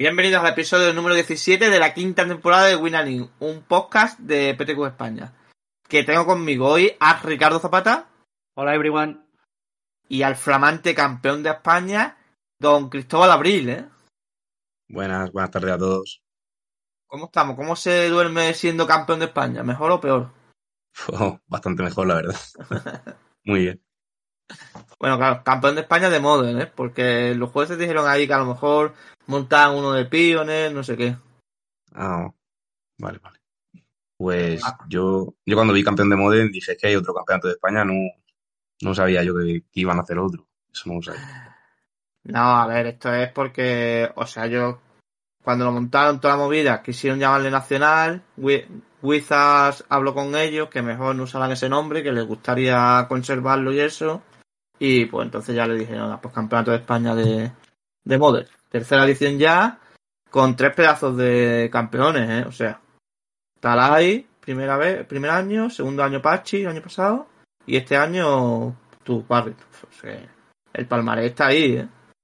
Bienvenidos al episodio número 17 de la quinta temporada de Win A League, un podcast de PTQ España. Que tengo conmigo hoy a Ricardo Zapata. Hola, everyone. Y al flamante campeón de España, don Cristóbal Abril, ¿eh? Buenas tardes a todos. ¿Cómo estamos? ¿Cómo se duerme siendo campeón de España? ¿Mejor o peor? Bastante mejor, la verdad. Muy bien. Bueno, claro, campeón de España de Modern, ¿eh? Porque los jueces dijeron ahí que a lo mejor montaban uno de Pioneer, no sé qué. Ah, vale. Pues yo cuando vi campeón de Modern dije que hay otro campeonato de España, no sabía yo que iban a hacer otro. Eso no lo sabía. No, a ver, esto es porque, o sea, yo cuando lo montaron toda la movida quisieron llamarle Nacional, Wizards habló con ellos que mejor no usaran ese nombre, que les gustaría conservarlo y eso, y pues entonces ya le dijeron, pues Campeonato de España de Modern, tercera edición ya, con 3 pedazos de campeones, o sea, Talai, primer año, segundo año Pachi, el año pasado, y este año tú, Parry. O sea, el palmarés está ahí,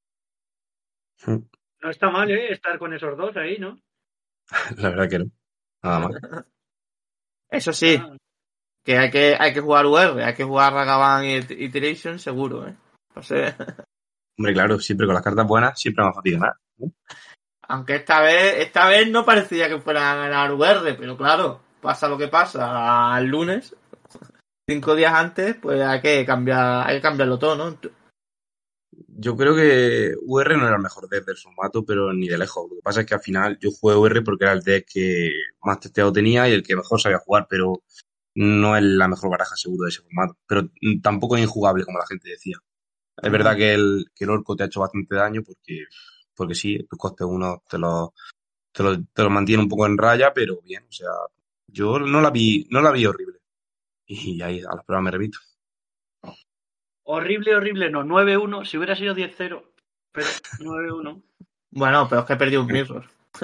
No está mal, estar con esos dos ahí, ¿no? La verdad que no. Nada más. Eso sí, que hay que jugar UR, hay que jugar Ragavan y Iteration seguro, No sé. Hombre, claro, siempre con las cartas buenas, siempre más fácil ganar, ¿no? Aunque esta vez no parecía que fueran a ganar UR, pero claro, pasa lo que pasa al lunes, 5 días antes, pues hay que cambiarlo todo, ¿no? Yo creo que UR no era el mejor deck del formato, pero ni de lejos. Lo que pasa es que al final yo jugué UR porque era el deck que más testeado tenía y el que mejor sabía jugar, pero no es la mejor baraja seguro de ese formato. Pero tampoco es injugable, como la gente decía. Es verdad que el orco te ha hecho bastante daño porque sí, tus costes uno te lo mantiene un poco en raya, pero bien, o sea, yo no la vi horrible. Y ahí a las pruebas me repito. Horrible, no. 9-1, si hubiera sido 10-0, pero 9-1. Bueno, pero es que he perdido un mirror.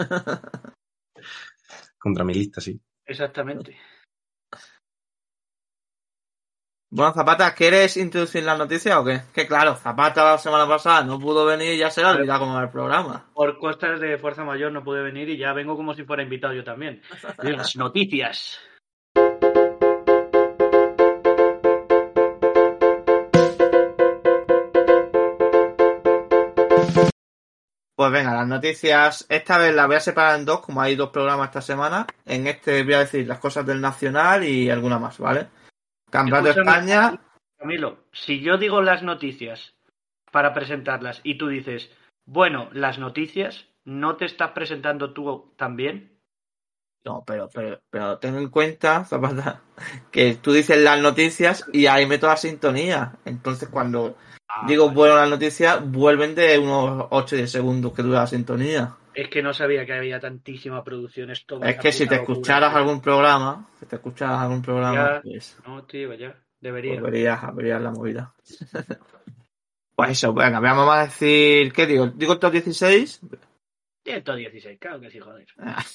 Contra mi lista, sí. Exactamente. Bueno, Zapata, ¿quieres introducir las noticias o qué? Que claro, Zapata la semana pasada no pudo venir y ya se le ha olvidado cómo va el programa. Por costas de fuerza mayor no pude venir y ya vengo como si fuera invitado yo también. Las noticias. Pues venga, las noticias, esta vez las voy a separar en dos, como hay 2 programas esta semana. En este voy a decir las cosas del Nacional y alguna más, ¿vale? Campeonato de España. Camilo, si yo digo las noticias para presentarlas y tú dices, bueno, las noticias, ¿no te estás presentando tú también? No, pero ten en cuenta, Zapata, que tú dices las noticias y ahí meto la sintonía. Entonces cuando digo vale. bueno las noticias, vuelven de unos 8 o 10 segundos que dura la sintonía. Es que no sabía que había tantísima producción. Esto Es que si te escucharas algún programa, pues No, tío, ya. Debería. verías la movida. Pues eso, venga, vamos a decir, ¿qué digo? ¿Digo el top 16? 116, claro que sí, joder.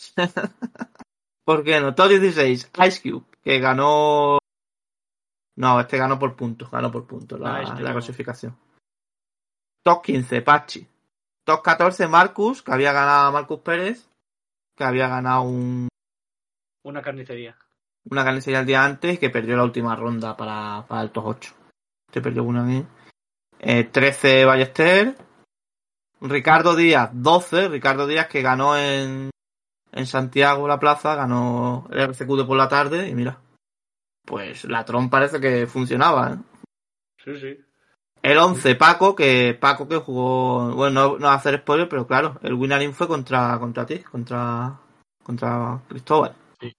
¿Por qué no? Top 16, Ice Cube, que ganó... No, este ganó por puntos la clasificación. Top 15, Pachi. Top 14, Marcus, que había ganado Marcus Pérez, que había ganado una carnicería el día antes y que perdió la última ronda para el top 8. Este perdió una aquí. 13, Ballester. Ricardo Díaz, 12. Ricardo Díaz que ganó en Santiago la plaza, ganó el RCQ de por la tarde y mira, pues la Tron parece que funcionaba, ¿eh? Sí. El 11, Paco que jugó, bueno, no va a hacer spoiler, pero claro, el winning fue contra ti, contra Cristóbal. Sí.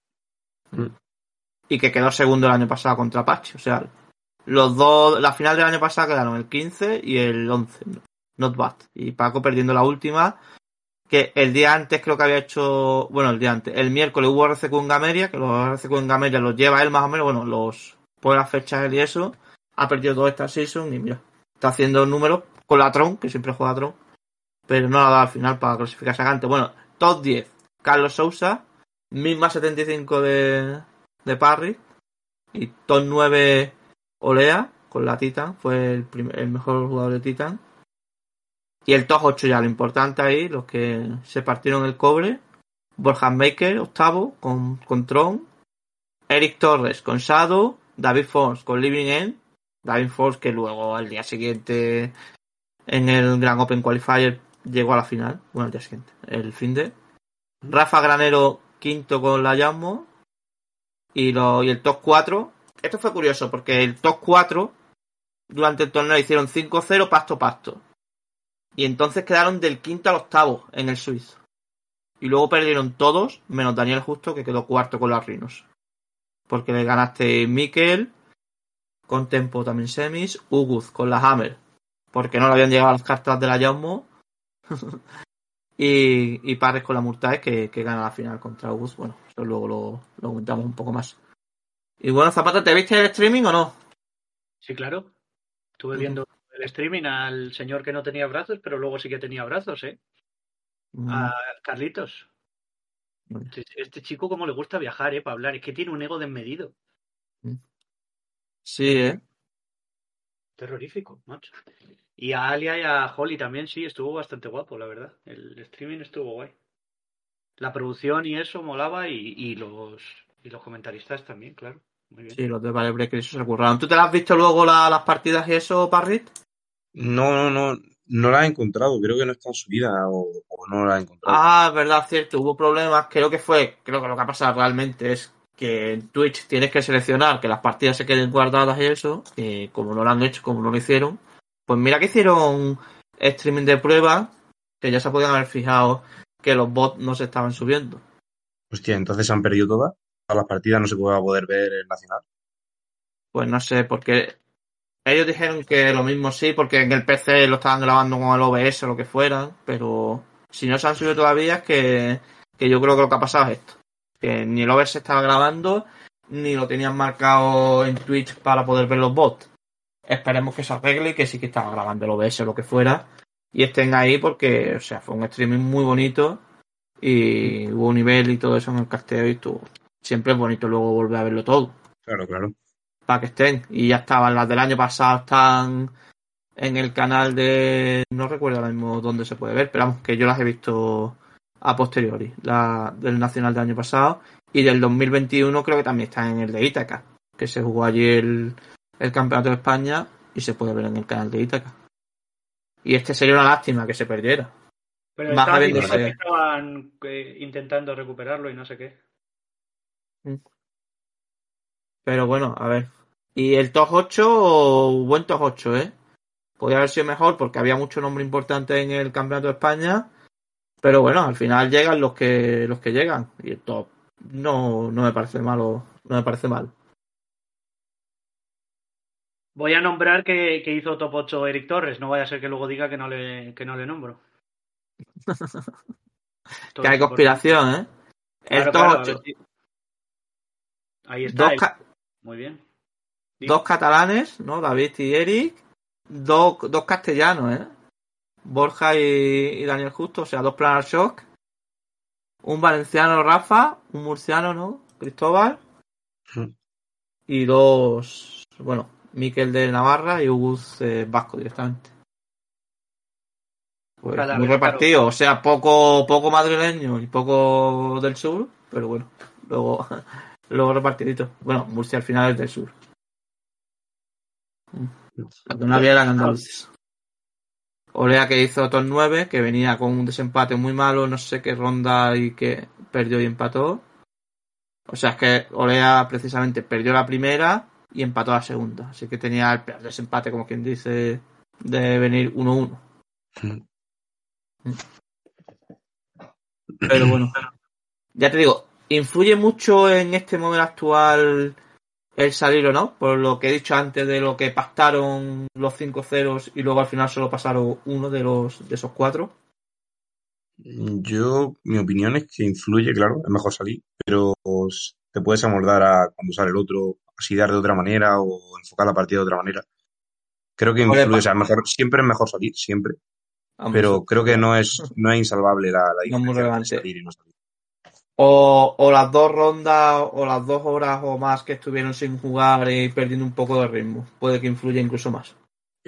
Y que quedó segundo el año pasado contra Pachi, o sea, los dos, la final del año pasado quedaron el 15 y el 11, not bad. Y Paco perdiendo la última, que el día antes creo que había hecho, bueno, el día antes, el miércoles hubo RCQ en Gameria, que los RCQ en Gameria los lleva él más o menos, bueno, los pone las fechas él y eso, ha perdido toda esta season y mira, está haciendo números con la Tron, que siempre juega Tron, pero no la ha dado al final para clasificarse a Gante. Bueno, top 10, Carlos Sousa, misma 75 de Parry, y top 9 Olea, con la Titan, fue el mejor jugador de Titan. Y el top 8 ya, lo importante ahí, los que se partieron el cobre. Borja Maker, octavo, con Tron. Eric Torres con Shadow. David Fons con Living End. David Fons que luego al día siguiente en el Grand Open Qualifier llegó a la final. Bueno, al día siguiente, el fin de. Rafa Granero, quinto con la Yasmo. Y el top 4. Esto fue curioso porque el top 4 durante el torneo hicieron 5-0 pasto. Y entonces quedaron del quinto al octavo en el suizo. Y luego perdieron todos, menos Daniel Justo, que quedó cuarto con los Rhinos. Porque le ganaste Mikel, con Tempo también semis, Uguz con la Hammer, porque no le habían llegado las cartas de la Jaumo. y Parres con la Murtae, que gana la final contra Uguz. Bueno, eso luego lo comentamos un poco más. Y bueno, Zapata, ¿te viste el streaming o no? Sí, claro. Estuve viendo el streaming al señor que no tenía brazos, pero luego sí que tenía brazos, ¿eh? A Carlitos. Este chico como le gusta viajar, para hablar. Es que tiene un ego desmedido. Sí, Terrorífico, macho. Y a Alia y a Holly también, sí, estuvo bastante guapo, la verdad. El streaming estuvo guay. La producción y eso molaba y los comentaristas también, claro. Muy bien. Sí, los de Vale Break, eso se curraron. ¿Tú te las has visto luego las partidas y eso, Parrit? No la he encontrado. Creo que no está en subida o no la he encontrado. Ah, verdad, cierto, hubo problemas. Creo que lo que ha pasado realmente es que en Twitch tienes que seleccionar que las partidas se queden guardadas y eso, y como no lo han hecho, como no lo hicieron, pues mira que hicieron streaming de prueba, que ya se podían haber fijado que los bots no se estaban subiendo. Hostia, entonces se han perdido todas. Todas las partidas no se puede poder ver el Nacional. Pues no sé, porque ellos dijeron que lo mismo sí, porque en el PC lo estaban grabando con el OBS o lo que fuera, pero si no se han subido todavía es que yo creo que lo que ha pasado es esto. Que ni el OBS estaba grabando, ni lo tenían marcado en Twitch para poder ver los bots. Esperemos que se arregle y que sí que estaba grabando el OBS o lo que fuera y estén ahí porque, o sea, fue un streaming muy bonito y hubo un nivel y todo eso en el casteo y estuvo. Siempre es bonito luego volver a verlo todo. Claro, claro. Para que estén. Y ya estaban las del año pasado, están en el canal de... No recuerdo ahora mismo dónde se puede ver, pero vamos, que yo las he visto a posteriori. La del Nacional del año pasado. Y del 2021 creo que también está en el de Ítaca, que se jugó allí el Campeonato de España y se puede ver en el canal de Ítaca. Y este sería una lástima que se perdiera. Pero Más estaban diciendo habiéndose... que estaban intentando recuperarlo y no sé qué. Pero bueno, a ver. Y el top 8, buen top 8, ¿eh? Podría haber sido mejor porque había mucho nombre importante en el Campeonato de España. Pero bueno, al final llegan los que llegan. Y el top no me parece malo. No me parece mal. Voy a nombrar que hizo top 8 Eric Torres. No vaya a ser que luego diga que no le nombro. Que hay conspiración, ¿eh? El top 8. Ahí está. Muy bien. Dos catalanes, ¿no? David y Eric. Dos castellanos, ¿eh? Borja y Daniel Justo. O sea, dos Planar Shock. Un valenciano, Rafa. Un murciano, ¿no? Cristóbal. Y dos... Bueno, Miquel de Navarra y Uguz Vasco directamente. Pues muy repartido, o sea, poco madrileño y poco del sur, pero bueno, luego repartidito. Bueno, Murcia al final es del sur. Cuando no había eran andaluces. Olea que hizo top 9, que venía con un desempate muy malo, no sé qué ronda y que perdió y empató. O sea, es que Olea precisamente perdió la primera y empató la segunda. Así que tenía el peor desempate, como quien dice, de venir 1-1. Pero bueno, ya te digo, influye mucho en este momento actual el salir o no, por lo que he dicho antes de lo que pactaron los 5 ceros y luego al final solo pasaron uno de esos 4. Mi opinión es que influye, claro, es mejor salir, pero te puedes amoldar a cuando sale el otro, así dar de otra manera o enfocar la partida de otra manera. Creo que influye, o sea, siempre es mejor salir, siempre. Pero creo que no es insalvable la diferencia entre salir y no salir. O las 2 rondas o las 2 horas o más que estuvieron sin jugar y perdiendo un poco de ritmo. Puede que influya incluso más.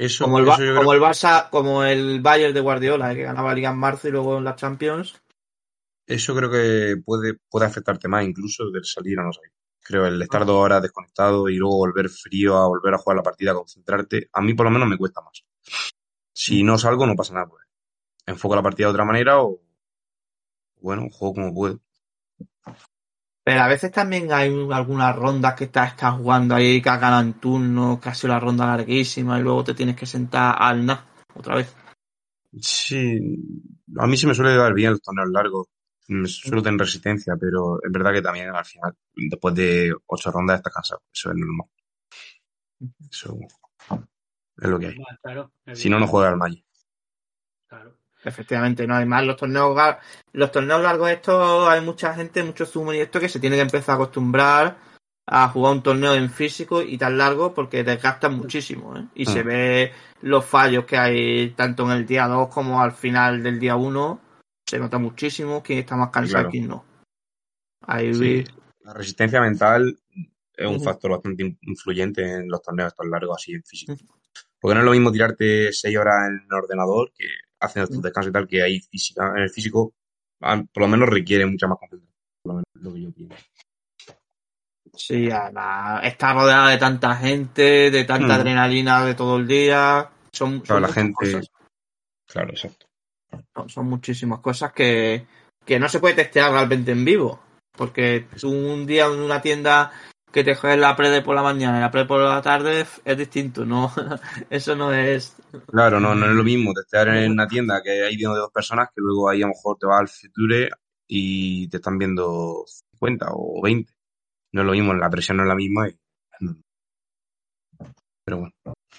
Eso yo creo como el Barça, como el Bayern de Guardiola, que ganaba la Liga en marzo y luego en la Champions. Eso creo que puede afectarte más incluso del salir o no salir. Creo el estar 2 horas desconectado y luego volver frío a volver a jugar la partida, concentrarte, a mí por lo menos me cuesta más. Si no salgo no pasa nada, pues enfoco la partida de otra manera o, bueno, juego como puedo. Pero a veces también hay algunas rondas que estás jugando ahí, que has ganado en turno, que ha sido la ronda larguísima y luego te tienes que sentar al nada otra vez. Sí, a mí se me suele dar bien los torneos largos. Suelo tener resistencia, pero es verdad que también al final, después de 8 rondas, estás cansado. Eso es normal. Eso es lo que hay. Bueno, claro, Si no, no juegas al Magic. Claro. Efectivamente, no hay más. Los torneos largos estos, hay mucha gente, muchos zoom y esto que se tiene que empezar a acostumbrar a jugar un torneo en físico y tan largo porque desgastan muchísimo, ¿eh? Y se ve los fallos que hay tanto en el día 2 como al final del día 1. Se nota muchísimo quién está más cansado y quién no. Sí, la resistencia mental es un factor bastante influyente en los torneos estos largos así en físico. Porque no es lo mismo tirarte 6 horas en el ordenador que haciendo tus descansos y tal, que ahí física, en el físico por lo menos requiere mucha más concentración. Por lo menos es lo que yo pienso. Sí, además está rodeada de tanta gente, de tanta adrenalina de todo el día. Son Claro, la muchas gente. cosas. Claro, exacto. Son muchísimas cosas que no se puede testear realmente en vivo. Porque tú un día en una tienda que te juegues la pre por la mañana y la pre por la tarde es distinto, ¿no? Eso no es... Claro, no es lo mismo testear en una tienda que hay viendo de 2 personas que luego ahí a lo mejor te vas al Future y te están viendo 50 o 20. No es lo mismo, la presión no es la misma. Pero bueno.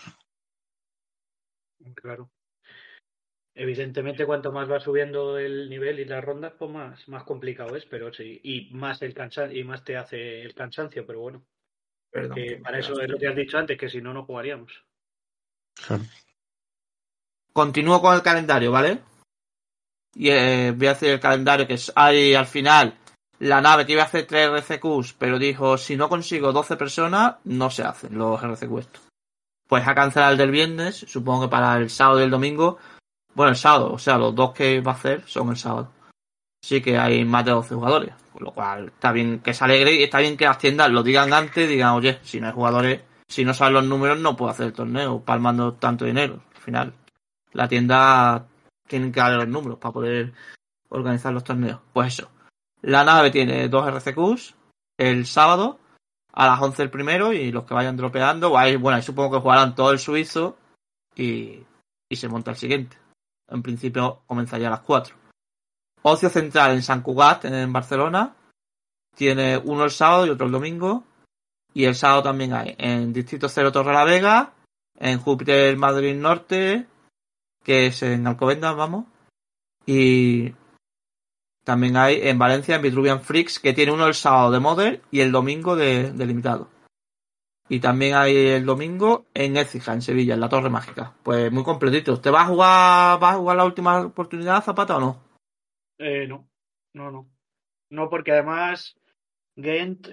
Claro. Evidentemente, cuanto más va subiendo el nivel y las rondas, pues más complicado es, pero sí, y más y más te hace el cansancio, pero bueno. Perdón, Para eso es lo que has dicho antes, que si no, no jugaríamos. Claro. Continúo con el calendario, ¿vale? Y voy a hacer el calendario que hay al final la nave que iba a hacer 3 RCQs, pero dijo, si no consigo 12 personas, no se hacen los RCQ estos. Pues a cancelar el del viernes, supongo que para el sábado y el domingo. Bueno, el sábado, o sea, los dos que va a hacer son el sábado. Sí que hay más de 12 jugadores, con lo cual está bien que se alegre y está bien que las tiendas lo digan antes, digan, oye, si no hay jugadores, si no saben los números no puedo hacer el torneo, palmando tanto dinero. Al final, la tienda tiene que darle los números para poder organizar los torneos. Pues eso, la nave tiene 2 RCQs el sábado a las 11 el primero y los que vayan dropeando, ahí supongo que jugarán todo el suizo y se monta el siguiente. En principio comenzaría a las 4. Ocio Central en Sant Cugat, en Barcelona. Tiene uno el sábado y otro el domingo. Y el sábado también hay en Distrito 0 Torre la Vega, en Júpiter Madrid Norte, que es en Alcobendas, vamos. Y también hay en Valencia, en Vitruvian Freaks, que tiene uno el sábado de Model y el domingo de limitado. Y también hay el domingo en Écija, en Sevilla, en la Torre Mágica. Pues muy completito. ¿Te vas a jugar la última oportunidad, Zapata, o no? No. No, porque además Gent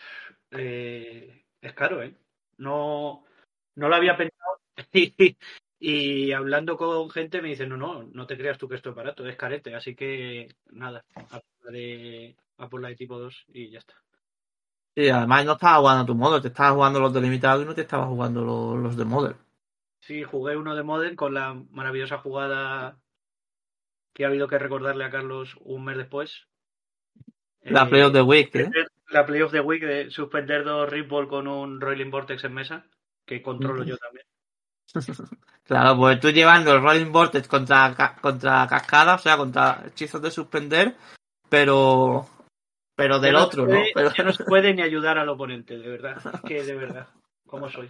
es caro, ¿eh? No lo había pensado. Y hablando con gente me dicen, no te creas tú que esto es barato, es carete. Así que nada, a por la de tipo 2 y ya está. Sí, además no estabas jugando tu Model, te estabas jugando los delimitados y no te estabas jugando los de Model. Sí, jugué uno de Modern con la maravillosa jugada que ha habido que recordarle a Carlos un mes después. La Play of the Week, ¿eh? La Play of the Week de suspender 2 Ripple con un Roiling Vortex en mesa, que controlo yo también. Claro, pues tú llevando el Rolling Vortex contra cascada, o sea, contra hechizos de suspender, pero del otro, ¿no? Pero... Ya no se puede ni ayudar al oponente, de verdad. Es que de verdad, ¿cómo sois?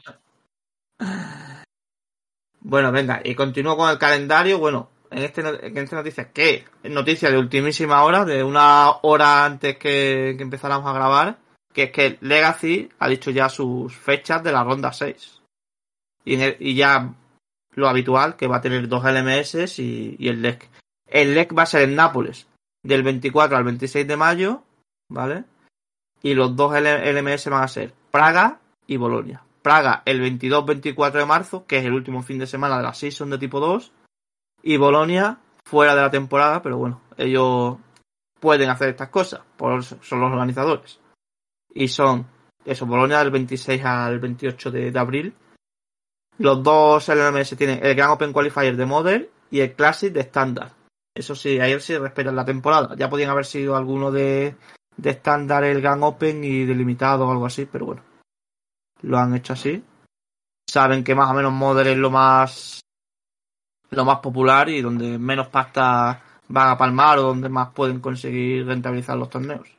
Bueno, venga, y continúo con el calendario. Bueno, en esta noticia, ¿qué? Noticia de ultimísima hora, de una hora antes que empezáramos a grabar, que es que Legacy ha dicho ya sus fechas de la ronda 6. Y ya lo habitual, que va a tener 2 LMS y el LEC. El LEC va a ser en Nápoles, del 24 al 26 de mayo, ¿vale? Y los 2 LMS van a ser Praga y Bolonia. Praga el 22-24 de marzo, que es el último fin de semana de la season de tipo 2, y Bolonia fuera de la temporada, pero bueno, ellos pueden hacer estas cosas, son los organizadores. Y son eso, Bolonia del 26 al 28 de abril. Los dos LMS tienen el Grand Open Qualifier de Model y el Classic de Standard. Eso sí, ahí sí respetan la temporada. Ya podían haber sido alguno de Standard el Grand Open y de limitado o algo así, pero bueno, lo han hecho así. Saben que más o menos Model es lo más popular y donde menos pasta van a palmar o donde más pueden conseguir rentabilizar los torneos.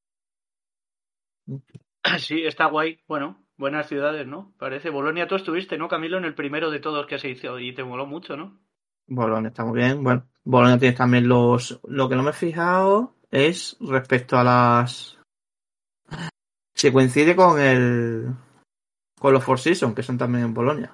Sí, está guay. Bueno, buenas ciudades, ¿no? Parece. Bolonia tú estuviste, ¿no, Camilo? En el primero de todos que se hizo y te moló mucho, ¿no? Bolonia está muy bien. Bueno, Bolonia tiene también los... Lo que no me he fijado es respecto a las... Si coincide con los Four Seasons, que son también en Bolonia.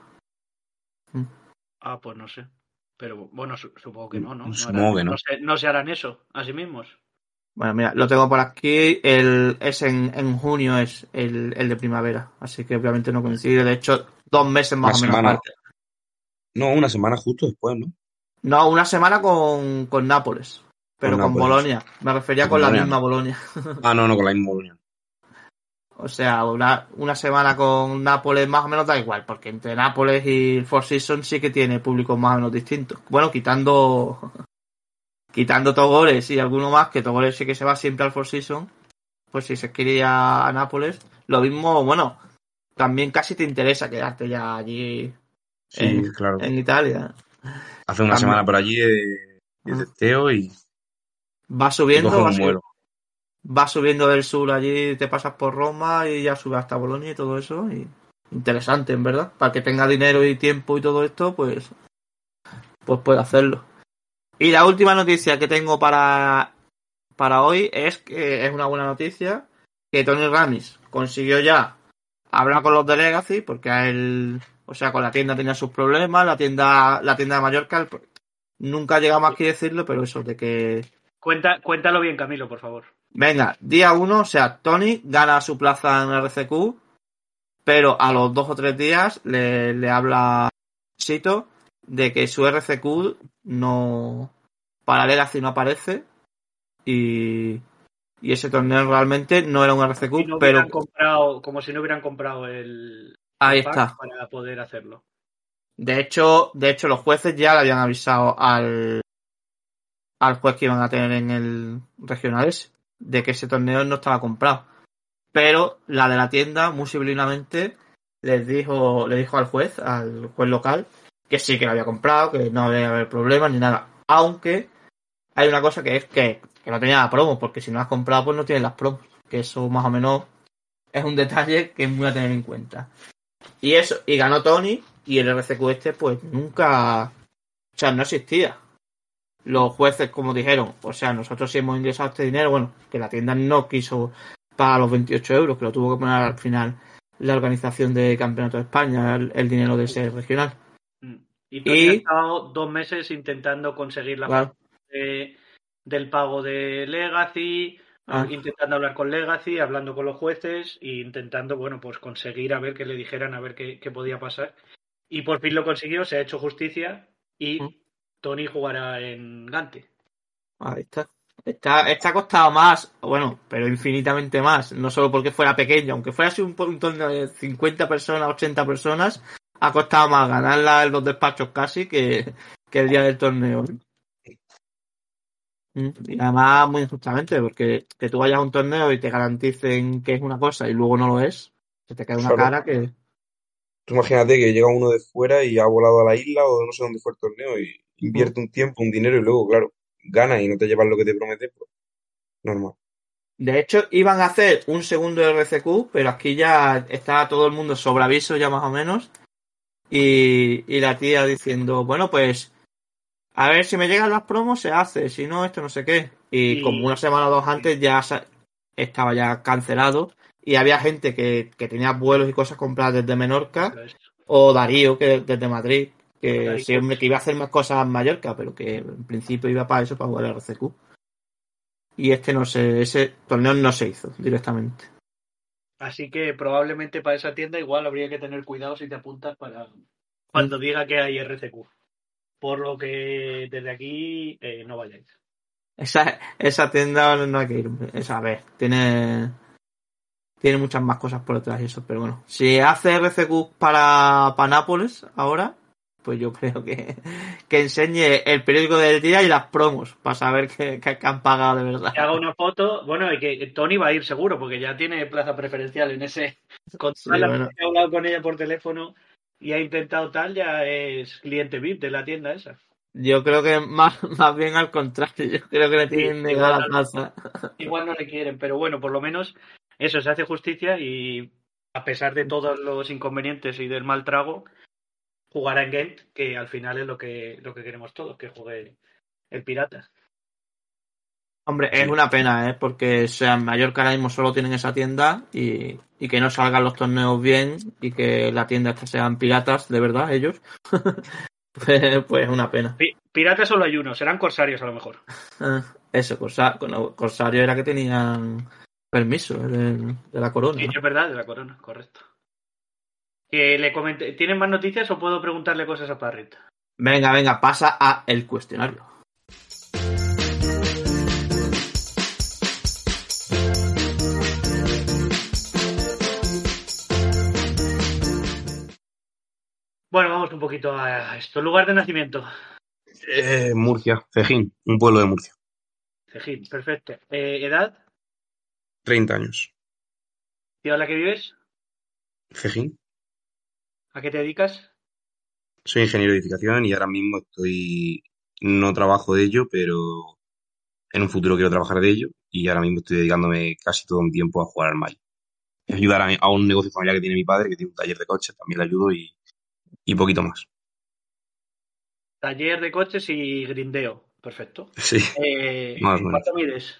Ah, pues no sé. Pero bueno, supongo que no, ¿no? Supongo que no. No se harán eso a sí mismos. Bueno, mira, lo tengo por aquí. Es en junio es el de primavera. Así que obviamente no coincide. De hecho, 2 meses más o menos aparte. No, una semana justo después, ¿no? No, una semana con Nápoles. Pero con Nápoles. Bolonia. Me refería con la misma Bolonia. No, con la misma Bolonia. O sea, una semana con Nápoles más o menos da igual, porque entre Nápoles y el Four Seasons sí que tiene públicos más o menos distintos. Bueno, quitando Togores y alguno más, que Togores sí que se va siempre al Four Seasons, pues si se quiere ir a Nápoles, lo mismo, bueno, también casi te interesa quedarte ya allí claro. en Italia. Hace una semana por allí de testeo y va subiendo, vuelo. Va subiendo del sur allí, te pasas por Roma y ya subes hasta Bolonia y todo eso. Y interesante, en verdad. Para que tenga dinero y tiempo y todo esto, pues puede hacerlo. Y la última noticia que tengo para hoy es que es una buena noticia, que Tony Ramis consiguió ya hablar con los de Legacy, porque con la tienda tenía sus problemas, la tienda de Mallorca, nunca llegamos aquí a decirlo, pero eso de que... Cuéntalo bien, Camilo, por favor. Venga, día 1, o sea, Tony gana su plaza en RCQ, pero a los 2 o 3 días le habla Sito de que su RCQ no... para Legacy no aparece y ese torneo realmente no era un RCQ, pero... como si no hubieran comprado el Ahí pack está. para poder hacerlo. De hecho, los jueces ya le habían avisado al juez que iban a tener en el regional ese, de que ese torneo no estaba comprado. Pero la de la tienda, muy sublimemente, le dijo al juez local, que sí que lo había comprado, que no había haber problemas ni nada. Aunque hay una cosa que es que no tenía la promo, porque si no has comprado, pues no tienes las promos. Que eso más o menos es un detalle que es muy a tener en cuenta. Y ganó Tony, y el RCQ este, pues nunca... O sea, no existía. Los jueces, como dijeron, o sea, nosotros sí hemos ingresado este dinero, bueno, que la tienda no quiso pagar los 28 euros, que lo tuvo que poner al final la organización de Campeonato de España, el dinero de ese regional. Y Tony ha estado 2 meses intentando conseguir la parte del pago de Legacy, intentando hablar con Legacy, hablando con los jueces e intentando, bueno, pues conseguir a ver que le dijeran a ver qué podía pasar. Y por fin lo consiguió, se ha hecho justicia y Tony jugará en Gante. Ahí está. Esta ha costado más, bueno, pero infinitamente más. No solo porque fuera pequeño, aunque fuera así un torneo de 50 personas, 80 personas, ha costado más ganarla en los despachos casi que el día del torneo. Y además muy injustamente, porque que tú vayas a un torneo y te garanticen que es una cosa y luego no lo es, se te queda una cara que... Tú imagínate que llega uno de fuera y ha volado a la isla o no sé dónde fue el torneo y invierte un tiempo, un dinero y luego, claro, gana y no te llevas lo que te promete, pues normal. De hecho, iban a hacer un segundo RCQ, pero aquí ya está todo el mundo sobre aviso ya más o menos. Y la tía diciendo, bueno, pues a ver si me llegan las promos se hace, si no, esto no sé qué. Y como una semana o 2 antes ya estaba ya cancelado y había gente que tenía vuelos y cosas compradas desde Menorca o Darío que desde Madrid, que siempre que iba a hacer más cosas en Mallorca, pero que en principio iba para eso, para jugar el RCQ. Y ese torneo no se hizo directamente. Así que probablemente para esa tienda igual habría que tener cuidado si te apuntas para cuando diga que hay RCQ. Por lo que desde aquí no vayáis. Esa tienda no hay que ir. A ver, tiene muchas más cosas por detrás y eso, pero bueno. Si hace RCQ para Nápoles ahora, pues yo creo que enseñe el periódico del día y las promos para saber que han pagado de verdad. Que haga una foto, bueno, y que Tony va a ir seguro, porque ya tiene plaza preferencial en ese. Con Sí, todas las bueno. veces que he hablado con ella por teléfono y ha intentado tal, ya es cliente VIP de la tienda esa. Yo creo que más bien al contrario. Yo creo que le Sí, tienen negada la plaza. igual no le quieren, pero bueno, por lo menos eso se hace justicia y a pesar de todos los inconvenientes y del mal trago, jugará en Gent, que al final es lo que queremos todos, que juegue el Pirata. Hombre, es Sí. una pena, ¿eh? Porque o sea, en Mallorca ahora mismo solo tienen esa tienda y que no salgan los torneos bien y que la tienda esta sean piratas, de verdad, ellos. Pues es una pena. Pirata solo hay uno, serán corsarios a lo mejor. Eso, Corsario era que tenían permiso de la corona, Sí, ¿no? es verdad, de la corona, correcto. Que le comente, ¿tienen más noticias o puedo preguntarle cosas a Parrita? Venga, pasa a el cuestionario. Bueno, vamos un poquito a esto. Lugar de nacimiento. Murcia, Cejín, un pueblo de Murcia. Cejín, perfecto. ¿Edad? 30 años. ¿Ciudad en la que vives? Cejín. ¿A qué te dedicas? Soy ingeniero de edificación y ahora mismo no trabajo de ello, pero en un futuro quiero trabajar de ello y ahora mismo estoy dedicándome casi todo un tiempo a jugar al Magic. Ayudar a un negocio familiar que tiene mi padre, que tiene un taller de coches, también le ayudo y poquito más. Taller de coches y grindeo. Perfecto. Sí, más o menos. ¿Cuánto mides?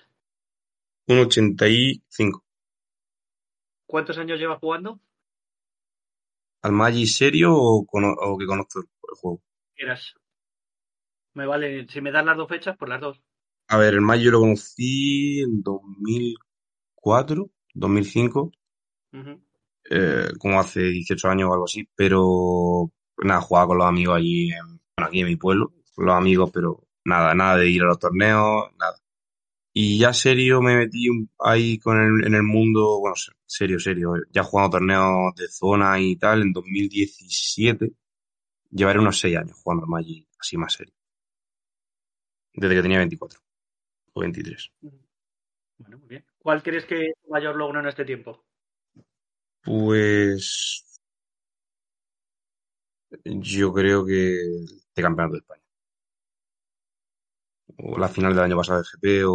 1,85. ¿Cuántos años llevas jugando? ¿Al Magic serio o que conozco el juego? Eras. Me vale, si me das las dos fechas, por las dos. A ver, el Magic yo lo conocí en 2004, 2005, Ujú. como hace 18 años o algo así, pero nada, jugaba con los amigos bueno, aquí en mi pueblo, con los amigos, pero nada de ir a los torneos, nada. Y ya serio me metí ahí en el mundo, bueno, serio, ya jugando torneos de zona y tal, en 2017, llevaré unos 6 años jugando al Magic así más serio, desde que tenía 24 o 23. Bueno, muy bien. ¿Cuál crees que es tu mayor logro en este tiempo? Pues yo creo que el campeonato de España. O la final del año pasado de GP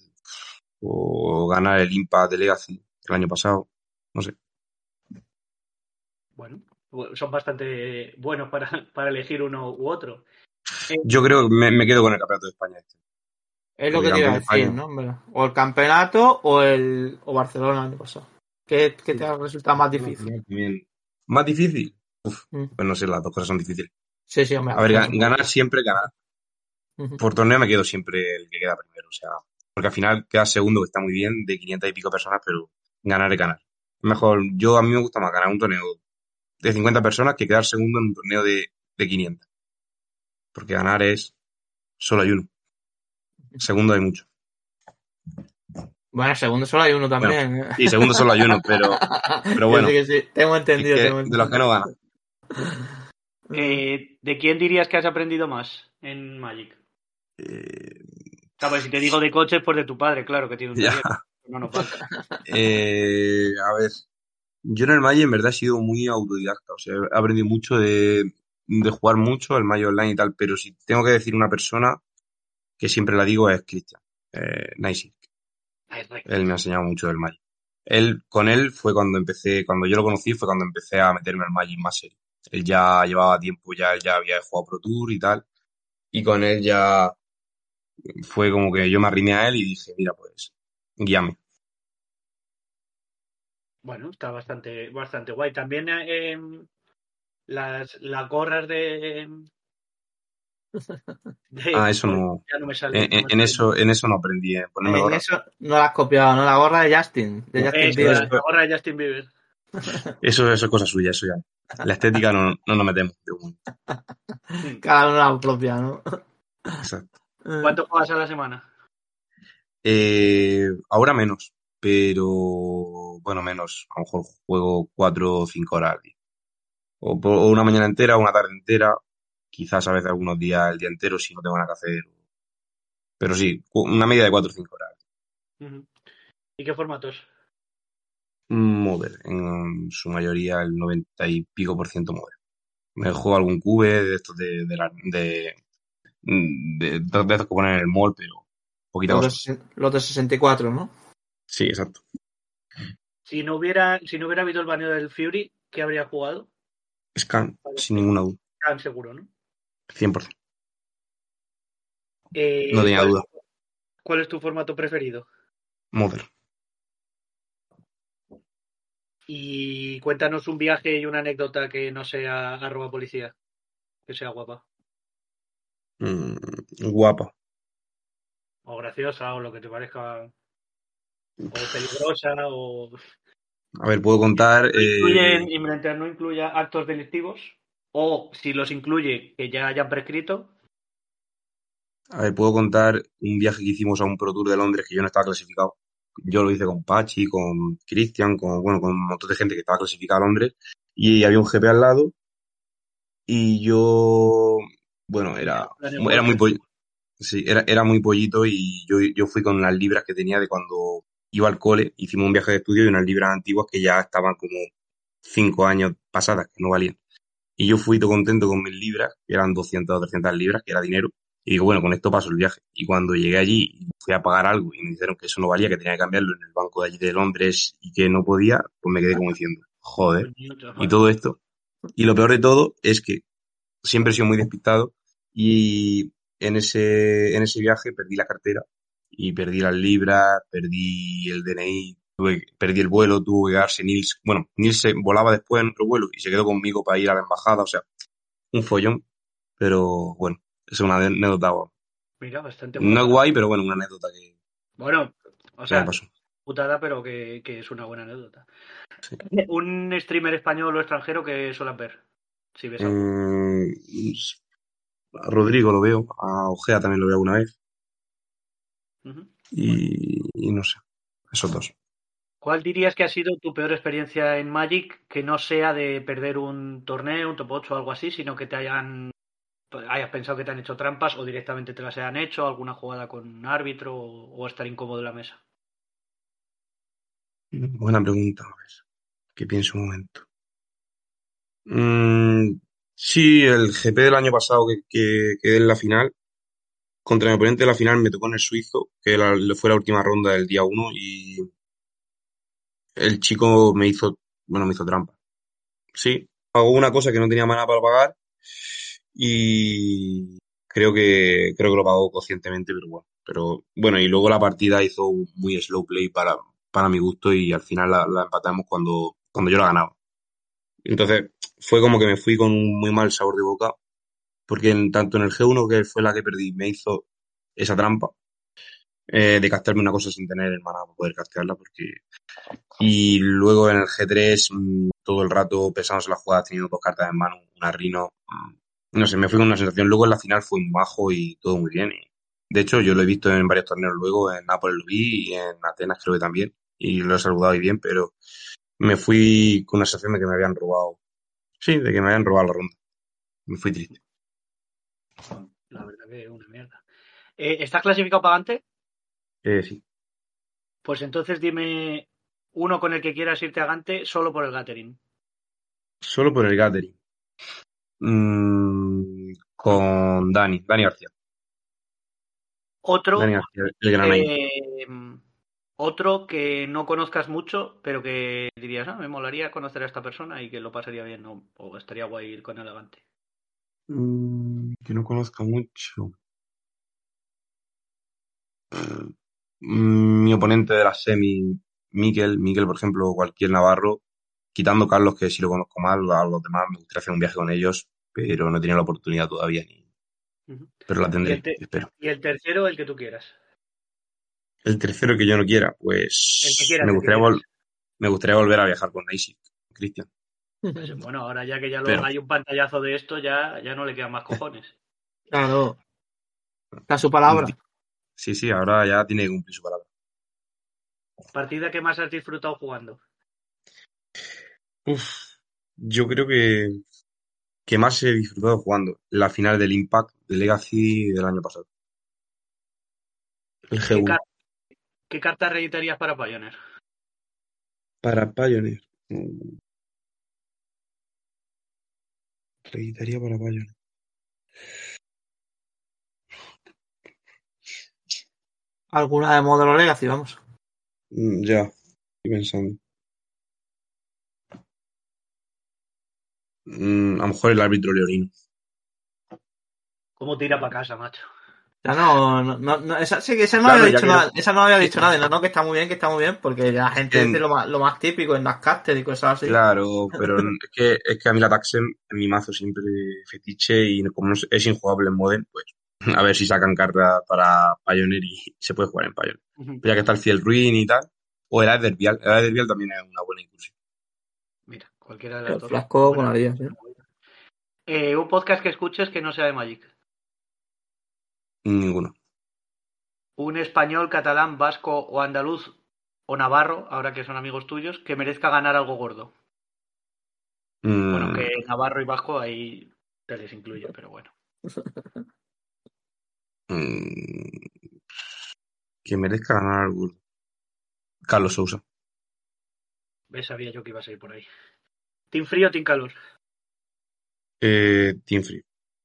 o ganar el Impact de Legacy el año pasado. No sé. Bueno, son bastante buenos para, para elegir uno u otro. Eh, Yo creo que me quedo con el campeonato de España este. Es lo Porque que te iba campeón a de decir, España. ¿no? Hombre? O el campeonato o Barcelona el año pasado. ¿Qué te ha resultado más Bueno, al difícil? final también. Más difícil. Mm. Pues no sé, las dos cosas son difíciles. Sí, hombre, A ver, Barcelona. ganar siempre, ganar. Ujú. Por torneo me quedo siempre el que queda primero. O sea, porque al final queda segundo, que está muy bien, de 500 y pico personas, pero ganar es ganar. Mejor, a mí me gusta más ganar un torneo de 50 personas que quedar segundo en un torneo de 500. Porque ganar solo hay uno. Segundo hay mucho. Bueno, segundo solo hay uno Bueno, también, ¿eh? y segundo solo hay uno, pero Que sí, bueno, que sí. Tengo es entendido, que tengo de los que entendido. no ganan. ¿De quién dirías que has aprendido más en Magic? Eh, Sabes, si te digo de coches, pues de tu padre, claro, que tiene un ya. taller. No nos falta. A ver, yo en el Magic en verdad he sido muy autodidacta. O sea, he aprendido mucho de jugar mucho el Magic Online y tal, pero si tengo que decir una persona que siempre la digo es Cristian, Neisig. Él me ha enseñado mucho del Magic. Con él fue cuando yo lo conocí fue cuando empecé a meterme al Magic más serio. Él ya llevaba tiempo, él ya había jugado Pro Tour y tal, y con él ya fue como que yo me arrimé a él y dije, mira, pues, guíame. Bueno, está bastante, bastante guay. También las gorras Eso no. Ya no me sale. No me En sale. eso no aprendí, ponerme En gorra. eso no la has copiado, ¿no? La gorra de Justin Eso, Bieber. la gorra de Justin Bieber. Eso es cosa suya, eso ya. La estética no nos metemos. Cada uno la propia, ¿no? Exacto. ¿Cuánto juegas a la semana? Ahora menos, pero bueno, menos. A lo mejor juego 4 o 5 horas al día. O una mañana entera, o una tarde entera. Quizás a veces algunos días el día entero si no tengo nada que hacer. Pero sí, una media de 4 o 5 horas. ¿Y qué formatos? Mover, en su mayoría el 90 y pico por ciento mover. Me juego algún cube de estos de estos que ponen en el mall, pero poquita cosa más. Los de 64, ¿no? Sí, exacto. Si no hubiera habido el baneo del Fury, ¿qué habría jugado? Scan, sin ninguna duda. Tan seguro, ¿no? 100%. No tenía duda. ¿Cuál es tu formato preferido? Mover. Y cuéntanos un viaje y una anécdota que no sea @policía, que sea guapa. Guapa. O graciosa, o lo que te parezca. O peligrosa, o. A ver, puedo contar. Mientras no incluya actos delictivos. O si los incluye, que ya hayan prescrito. A ver, puedo contar un viaje que hicimos a un Pro Tour de Londres que yo no estaba clasificado. Yo lo hice con Pachi, con Cristian, con un montón de gente que estaba clasificada a Londres. Y había un GP al lado. Y yo, bueno, era muy sí, era muy pollito y yo fui con las libras que tenía de cuando iba al cole. Hicimos un viaje de estudio y unas libras antiguas que ya estaban como 5 años pasadas, que no valían. Y yo fui todo contento con mis libras, que eran 200 o 300 libras, que era dinero. Y digo, bueno, con esto paso el viaje. Y cuando llegué allí y fui a pagar algo y me dijeron que eso no valía, que tenía que cambiarlo en el banco de allí de Londres y que no podía, pues me quedé como diciendo, joder. Y todo esto. Y lo peor de todo es que siempre he sido muy despistado y en ese viaje perdí la cartera y perdí las libras, perdí el DNI, perdí el vuelo, tuvo que quedarse Nils. Bueno, Nils se volaba después en otro vuelo y se quedó conmigo para ir a la embajada, o sea, un follón, pero bueno, es una anécdota. Mira, bastante No es guapa. guay, pero bueno, una anécdota Bueno, o que me sea, pasó. putada, pero que es una buena anécdota. Sí. Un streamer español o extranjero que suelen ver, si ves algo. Mm, a Rodrigo lo veo, a Ojea también lo veo alguna vez Bueno. y no sé, esos dos. ¿Cuál dirías que ha sido tu peor experiencia en Magic que no sea de perder un torneo, un top 8 o algo así, sino que te hayas pensado que te han hecho trampas o directamente te las hayan hecho, alguna jugada con un árbitro o estar incómodo en la mesa? Buena pregunta, a ver, que pienso un momento. Mm, sí, el GP del año pasado que quedé en la final, contra mi oponente de la final me tocó en el suizo, que fue la última ronda del día uno y el chico me hizo trampa. Sí, pagó una cosa que no tenía mana para pagar y creo que lo pagó conscientemente, pero bueno. Pero bueno, y luego la partida hizo muy slow play para mi gusto y al final la empatamos cuando yo la ganaba. Entonces fue como que me fui con un muy mal sabor de boca, porque tanto en el G1, que fue la que perdí, me hizo esa trampa de castearme una cosa sin tener el mana para poder castearla, y luego en el G3 todo el rato pensándose las jugadas, teniendo 2 cartas en mano, una Rhino. No sé, me fui con una sensación. Luego en la final fue muy bajo y todo muy bien. De hecho, yo lo he visto en varios torneos luego, en Nápoles lo vi y en Atenas creo que también. Y lo he saludado y bien, pero me fui con una sensación de que me habían robado. Sí, de que me habían robado la ronda. Me fui triste. La verdad que es una mierda. ¿Estás clasificado para Gante? Sí. Pues entonces dime uno con el que quieras irte a Gante solo por el Gathering. Solo por el gathering. Con Dani García. Otro, Dani García, el Granay. eh, otro que no conozcas mucho, pero que dirías, me molaría conocer a esta persona y que lo pasaría bien, o estaría guay ir con el Gante. Que no conozca mucho. Mi oponente de la semi, Miquel, por ejemplo, cualquier navarro, quitando Carlos, que sí lo conozco mal, a los demás me gustaría hacer un viaje con ellos, pero no he tenido la oportunidad todavía Pero la tendré, espero. Y el tercero, el que tú quieras. El tercero que yo no quiera, El que pues quieras, me gustaría volver a viajar con Daisy, Cristian. Pues, bueno, ahora ya que Pero, hay un pantallazo de esto, ya no le quedan más cojones. Claro. Está su palabra. Sí, ahora ya tiene que cumplir su palabra. ¿Partida que más has disfrutado jugando? Yo creo que más he disfrutado jugando la final del Impact de Legacy del año pasado. El G1. ¿Qué carta reeditarías para Pioneer? Para Pioneer. Reeditaría para Pioneer. Alguna de modelo Legacy, vamos. Ya, estoy pensando. A lo mejor el árbitro leonino. ¿Cómo tira para casa, macho? Ya esa no Claro, había ya dicho que nada, esa no había dicho nada, no, que está muy bien, porque la gente dice en- lo más típico en las casters y cosas así. Claro, pero es que a mí la Taxem en mi mazo siempre fetiche y como es injugable en Modern, pues a ver si sacan carta para Pioneer y se puede jugar en Pioneer. Pues ya que está el Ciel Ruin y tal, o el Aether Vial. El Aether Vial también es una buena incursión. Mira, cualquiera de las El dos. flasco con la ¿sí? Un podcast que escuches que no sea de Magic. Ninguno. Un español, catalán, vasco o andaluz o navarro, ahora que son amigos tuyos, que merezca ganar algo gordo. Bueno, que navarro y vasco ahí te les incluye, pero bueno. Que merezca ganar algo. Carlos Sousa. Sabía yo que ibas a ir por ahí. ¿Team frío o team calor? Team Free.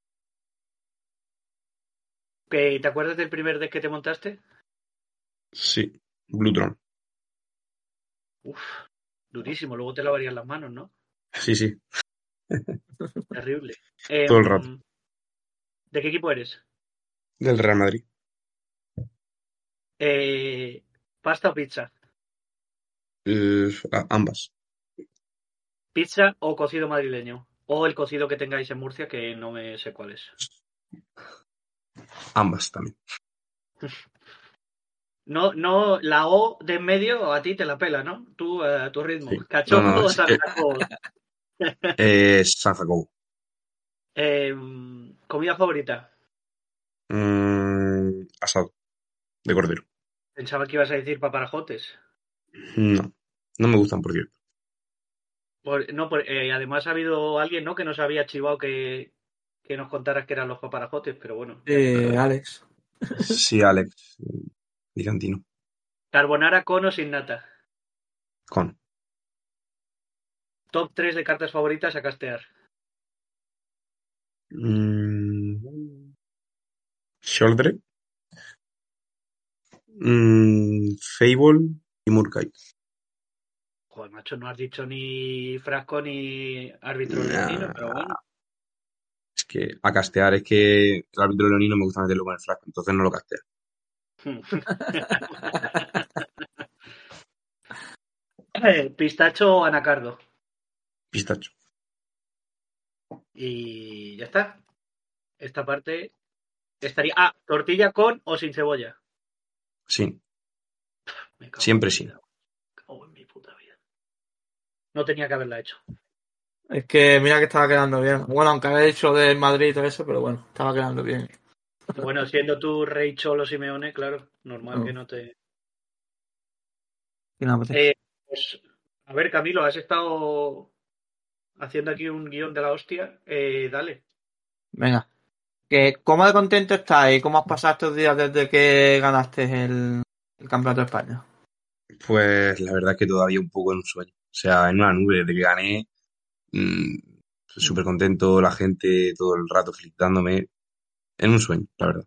¿Te acuerdas del primer deck que te montaste? Sí. Blutron. Uf, durísimo. Luego te lavarías las manos, ¿no? Sí. Terrible. Todo el rato. ¿De qué equipo eres? Del Real Madrid. ¿Pasta o pizza? Ambas. ¿Pizza o cocido madrileño? O el cocido que tengáis en Murcia, que no me sé cuál es. Ambas también. No, la O de en medio a ti te la pela, ¿no? Tú a tu ritmo. Sí. ¿Cachopo o Sí. San Jacobo? San Jacobo. ¿Comida favorita? Asado. De cordero. Pensaba que ibas a decir paparajotes. No me gustan, por cierto. Además ha habido alguien, ¿no? Que nos había chivado que nos contaras que eran los paparajotes, pero bueno. Alex. Sí, Alex. Gigantino. ¿Carbonara con o sin nata? Con. Top 3 de cartas favoritas a castear. Sholdre. Fable y Murkai. Joder, macho, no has dicho ni Frasco ni árbitro leonino, pero bueno. Es que a castear es que el árbitro leonino me gusta meterlo con el frasco, entonces no lo castea. ¿Pistacho o anacardo? Pistacho. Y ya está. Esta parte estaría... Ah, ¿tortilla con o sin cebolla? Sí. Siempre sí. Me cago en mi puta vida. No tenía que haberla hecho. Es que mira que estaba quedando bien. Bueno, aunque había dicho del Madrid y todo eso, pero bueno, estaba quedando bien. Bueno, siendo tú Rey Cholo Simeone, claro, normal que no te... Pues, a ver, Camilo, has estado haciendo aquí un guión de la hostia. Dale. Venga. ¿Cómo de contento estás y cómo has pasado estos días desde que ganaste el Campeonato de España? Pues la verdad es que todavía un poco en un sueño. O sea, en una nube, desde que gané, súper contento, la gente todo el rato felicitándome. En un sueño, la verdad.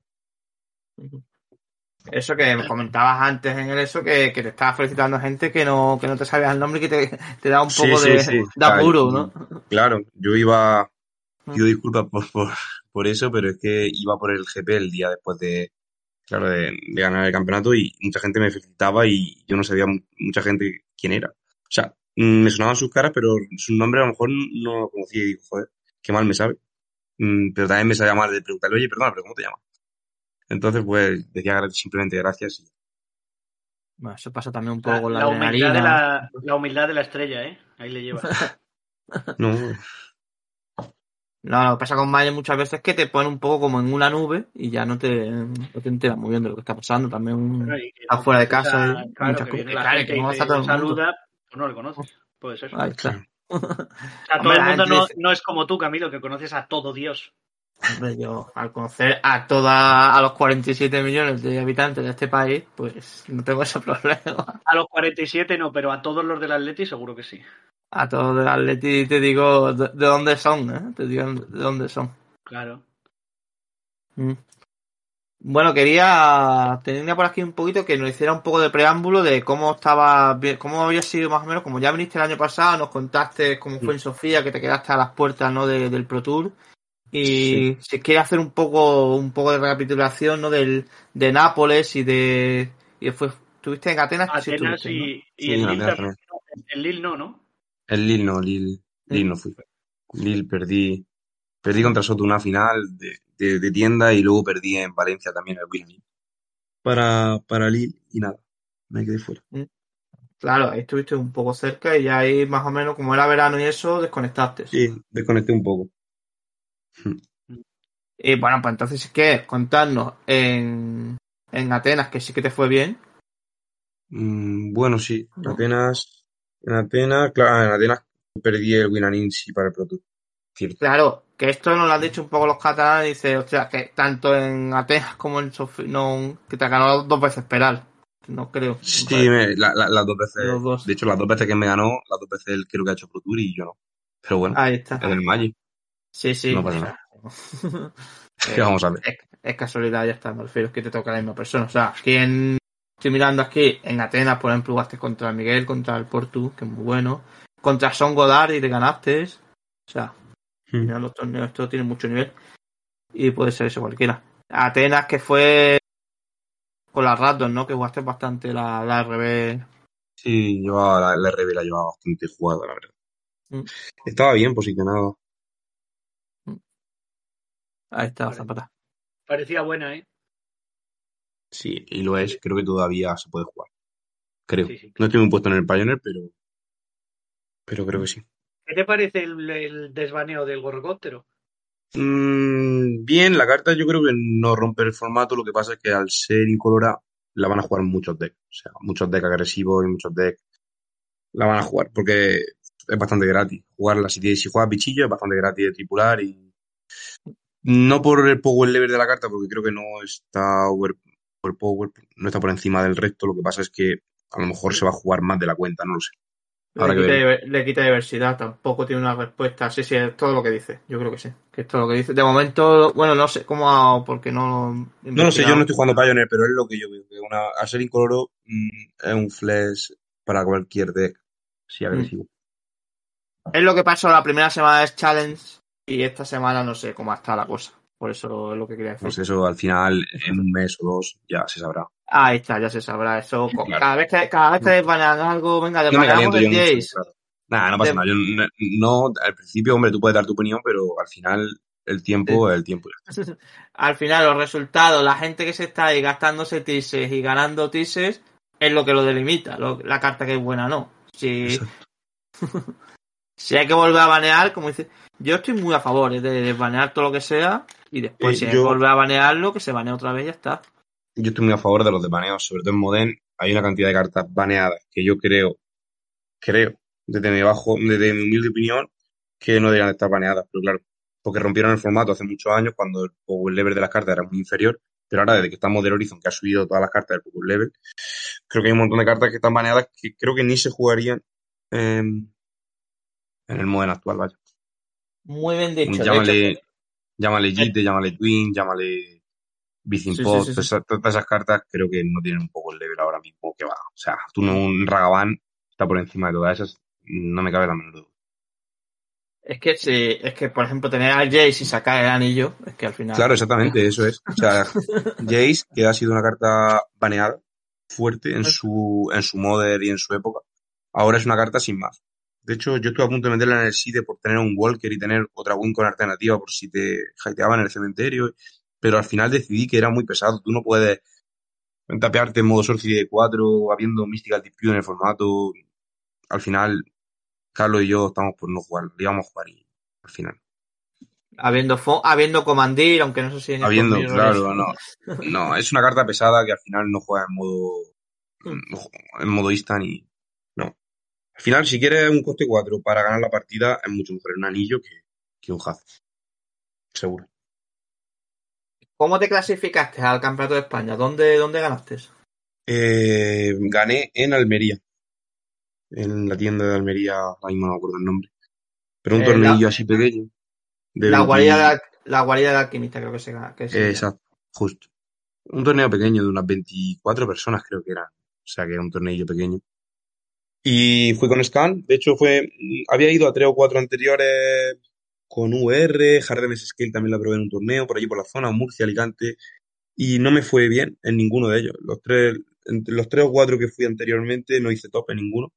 Eso que comentabas antes en eso, que te estaba felicitando gente que no te sabías el nombre y que te da un poco de apuro, ¿no? Claro, yo pido disculpas por eso, pero es que iba por el GP el día después de ganar el campeonato y mucha gente me felicitaba y yo no sabía mucha gente quién era. O sea, me sonaban sus caras, pero su nombre a lo mejor no lo conocía y digo, joder, qué mal me sabe. pero también me sabía mal de preguntarle, oye, perdona, pero ¿cómo te llamas? Entonces, pues, decía simplemente gracias. Bueno, eso pasa también un poco con la La humildad adrenalina. la humildad de la estrella, ¿eh? Ahí le llevas. No, No, lo que pasa con Magic muchas veces es que te pone un poco como en una nube y ya no te enteras muy bien de lo que está pasando. También Bueno, y que no afuera de conoces casa hay claro, muchas que cosas. viene la Claro, que gente no y conoce a todo te el mundo. saluda, pues no le conoces. Puede ser. Ahí está. claro. O sea, todo Hombre, el la mundo gente dice, no es como tú, Camilo, que conoces a todo Dios. hombre, yo al conocer a los 47 millones de habitantes de este país, pues no tengo ese problema. A los 47 no, pero a todos los del Atleti seguro que sí. A todos del Atleti te digo de dónde son, ¿eh? Te digo de dónde son. Claro. Mm. Bueno, tenía por aquí un poquito que nos hiciera un poco de preámbulo de cómo había sido más o menos, como ya viniste el año pasado, nos contaste cómo fue en Sofía, que te quedaste a las puertas, ¿no? del Pro Tour. Sí. Y si quieres hacer un poco de recapitulación, ¿no? De Nápoles y después estuviste en Atenas, sí Atenas estuviste, ¿no? y Sí, el en Lille Atenas también. también. No, el Lille no. El Lille no, Lille no fui. Lille perdí contra Soto una final de tienda y luego perdí en Valencia también el William. Para Lille y nada, me quedé fuera. Mm. Claro, ahí estuviste un poco cerca y ya ahí más o menos, como era verano y eso, desconectaste. Sí, desconecté un poco. Y bueno, pues entonces si quieres contarnos en Atenas, que sí que te fue bien, Bueno, sí, ¿no? claro, en Atenas perdí el Winanins y para el Pro Tour, cierto. Claro, que esto nos lo han dicho un poco los catalanes, dice, o sea, que tanto en Atenas como en Sofía, no, que te ha ganado dos veces Peral. No creo, me Sí, parece. las dos Los veces, de dos. hecho las dos veces que me ganó, las dos veces él creo que ha hecho Pro Tour y yo no. Pero bueno, Ahí es está. el Magic, Sí, no sí, o pasa nada. sea. ¿Qué vamos a ver? Es casualidad, ya está, me refiero, es que te toca la misma persona. O sea, estoy mirando aquí, en Atenas, por ejemplo, jugaste contra Miguel, contra el Portu, que es muy bueno. Contra Son Godard y te ganaste. O sea, al final los torneos estos tienen mucho nivel. Y puede ser eso cualquiera. Atenas, que fue con las Raptors, ¿no? Que jugaste bastante la RB. Sí, la RB la llevaba bastante jugada, la verdad. Mm, Estaba bien posicionado. mm. Ahí está, Zapata. Parecía buena, ¿eh? Sí, y lo es, creo que todavía se puede jugar. Creo. Sí. No estoy muy puesto en el Pioneer, pero creo Mm. que sí. ¿Qué te parece el desvaneo del Gorgóptero? Bien, la carta yo creo que no rompe el formato, lo que pasa es que al ser incolora la van a jugar muchos decks, o sea, muchos decks agresivos y muchos decks la van a jugar porque es bastante gratis jugarla, si juegas bichillo es bastante gratis de tripular y no por el power level de la carta porque creo que no está overpower, no está por encima del resto, lo que pasa es que a lo mejor se va a jugar más de la cuenta, no lo sé, habrá que verlo. Le quita diversidad, tampoco tiene una respuesta. Sí, sí, es todo lo que dice. Yo creo que sí, que es todo lo que dice. De momento, bueno, no sé cómo, porque no lo he No lo sé, yo no investigado. estoy jugando Pioneer, pero es lo que yo veo. Que al ser incoloro, es un flash para cualquier deck. Sí, Mm. agresivo. Es lo que pasó la primera semana es Challenge y esta semana no sé cómo está la cosa. Por eso es lo que quería Pues decir. eso, al final, en un mes o dos, ya se sabrá. Ahí está, ya se sabrá eso. Claro. Cada vez que desbanean algo, venga, No me desbaneamos caliento el yo mucho, Jace. claro. Nada, no pasa nada. Yo no, al principio, hombre, tú puedes dar tu opinión, pero al final, el tiempo es el tiempo. Al final, los resultados, la gente que se está ahí gastándose tises y ganando tises, es lo que lo delimita, la carta que es buena no. Exacto. Si hay que volver a banear, como dice, yo estoy muy a favor de banear todo lo que sea y después si hay que Yo, volver a banearlo, que se banee otra vez y ya está. yo estoy muy a favor de los desbaneos, sobre todo en Modern. Hay una cantidad de cartas baneadas que yo creo, desde mi humilde opinión, que no deberían de estar baneadas, pero claro, porque rompieron el formato hace muchos años cuando el power level de las cartas era muy inferior, pero ahora desde que estamos del Horizon, que ha subido todas las cartas del power level, creo que hay un montón de cartas que están baneadas que creo que ni se jugarían en el modelo actual, vaya. Muy bien dicho, de hecho. Llámale Jite, llámale Twin, llámale Bizing Sí, sí, Pod, sí, sí. todas esas cartas creo que no tienen un power level ahora mismo que va. O sea, tú no, un Ragavan está por encima de todas esas, no me cabe la menor duda. Es que sí, es que por ejemplo tener al Jace y sacar el anillo, es que al Claro, final. exactamente, eso es. O sea, Jace, que ha sido una carta baneada, fuerte en su Modern y en su época, ahora es una carta sin más. De hecho, yo estuve a punto de meterla en el SIDE por tener un Walker y tener otra win con alternativa por si te hateaban en el cementerio. Pero al final decidí que era muy pesado. Tú no puedes tapearte en modo Sorcery de 4 habiendo Mystical Dispute en el formato. Al final, Carlos y yo estamos por no jugar. Íbamos a jugar y al final. Habiendo Commandir, aunque no sé si en estos Habiendo, mirrors. claro, no. No, es una carta pesada que al final no juega en modo instant y no. Al final, si quieres un coste 4 para ganar la partida, es mucho mejor un anillo que un Haz. Seguro. ¿Cómo te clasificaste al Campeonato de España? ¿Dónde ganaste? Gané en Almería. En la tienda de Almería, ahí no me acuerdo el nombre. Pero un torneillo así pequeño. De la 20... guarida de alquimista creo que se gana. Exacto, justo. Un torneo pequeño de unas 24 personas creo que eran. O sea que era un torneillo pequeño. Y fui con Scan. De hecho, había ido a 3 o 4 anteriores con VR. Hardenes Scale también la probé en un torneo por allí por la zona, Murcia, Alicante. Y no me fue bien en ninguno de ellos. Entre los 3 o 4 que fui anteriormente no hice top en ninguno.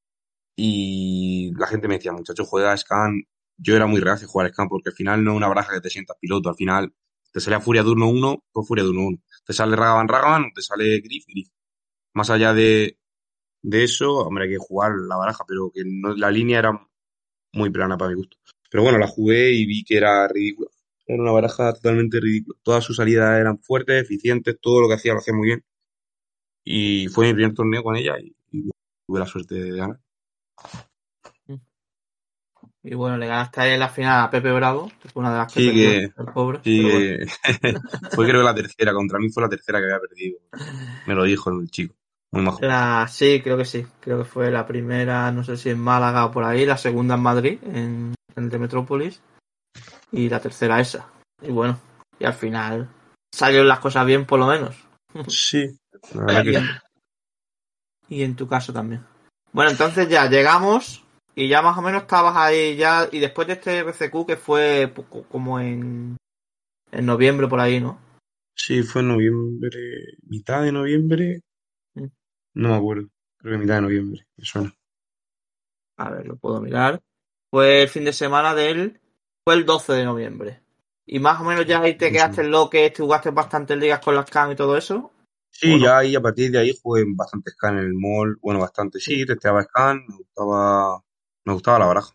Y la gente me decía, muchacho, juega a Scan. Yo era muy reacio a jugar a Scan porque al final no es una baraja que te sientas piloto. Al final te sale a Furia turno 1, pues Furia turno 1. Te sale Ragavan, Ragavan, te sale Griff, Griff. Más allá de eso, hombre, hay que jugar la baraja, pero que no, la línea era muy plana para mi gusto. Pero bueno, la jugué y vi que era ridícula. Era una baraja totalmente ridícula. Todas sus salidas eran fuertes, eficientes, todo lo que hacía lo hacía muy bien. Y fue mi primer torneo con ella y tuve la suerte de ganar. Y bueno, le ganaste ahí en la final a Pepe Bravo, que fue una de las que Sí, perdió, el pobre. sí, Pero bueno. fue creo que la tercera, contra mí fue la tercera que había perdido. Me lo dijo el chico, muy majo. Sí, creo que sí. Creo que fue la primera, no sé si en Málaga o por ahí, la segunda en Madrid, en el de Metrópolis, y la tercera esa. Y bueno, y al final salieron las cosas bien por lo menos. Sí, la verdad que sí. Y en tu caso también. Bueno, entonces ya llegamos y ya más o menos estabas ahí ya, y después de este RCQ que fue como en noviembre por ahí, ¿no? Sí, fue en noviembre, mitad de noviembre, Mm. no me acuerdo, creo que mitad de noviembre, me suena. A ver, lo puedo mirar. Fue el fin de semana fue el 12 de noviembre. Y más o menos ya ahí te quedaste en lo que jugaste bastantes ligas con las CAM y todo eso. ¿O Sí, no? ya ahí a partir de ahí jugué bastante Scan en el mall, bueno, bastante sí, testeaba Scan, me gustaba la baraja.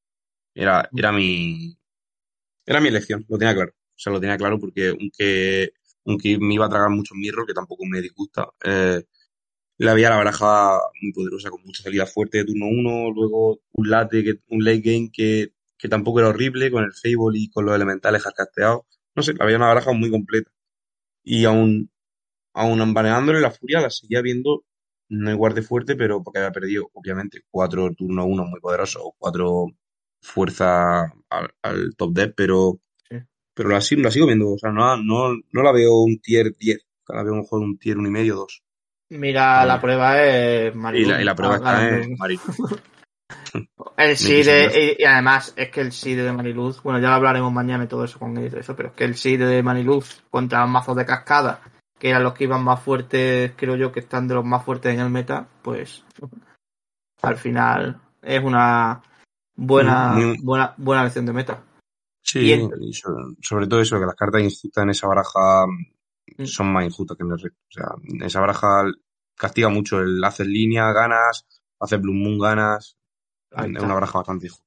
Era mi elección, lo tenía claro. O sea, lo tenía claro porque aunque me iba a tragar mucho mirror, que tampoco me disgusta, le había la baraja muy poderosa, con mucha salida fuerte de turno 1, luego un late game que tampoco era horrible, con el Fable y con los elementales hardcasteados. No sé, había una baraja muy completa. Y aún baneándole la furia, la seguía viendo no igual de fuerte, pero porque había perdido, obviamente, 4 turno 1 muy poderosos, o 4 fuerza al top deck, Sí. pero la sigo viendo. O sea, no la veo un tier 10, o sea, la veo un juego de un tier 1,5, 2. Mira, la prueba es Y Mariluz, la prueba está ganando. en Mariluz. El No hay que ser gracia. SIDE, y además es que el SIDE de Maniluz, bueno, ya lo hablaremos mañana y todo eso con eso, pero es que el SIDE de Maniluz contra los mazos de cascada, que eran los que iban más fuertes, creo yo que están de los más fuertes en el meta, pues al final es una Muy, buena lección de meta. Y sí, y sobre todo eso, que las cartas injustas en esa baraja mm, son más injustas que en el resto. O sea, en esa baraja castiga mucho el hacer línea, ganas, hacer Blue Moon, ganas. ahí Es una está. baraja bastante injusta.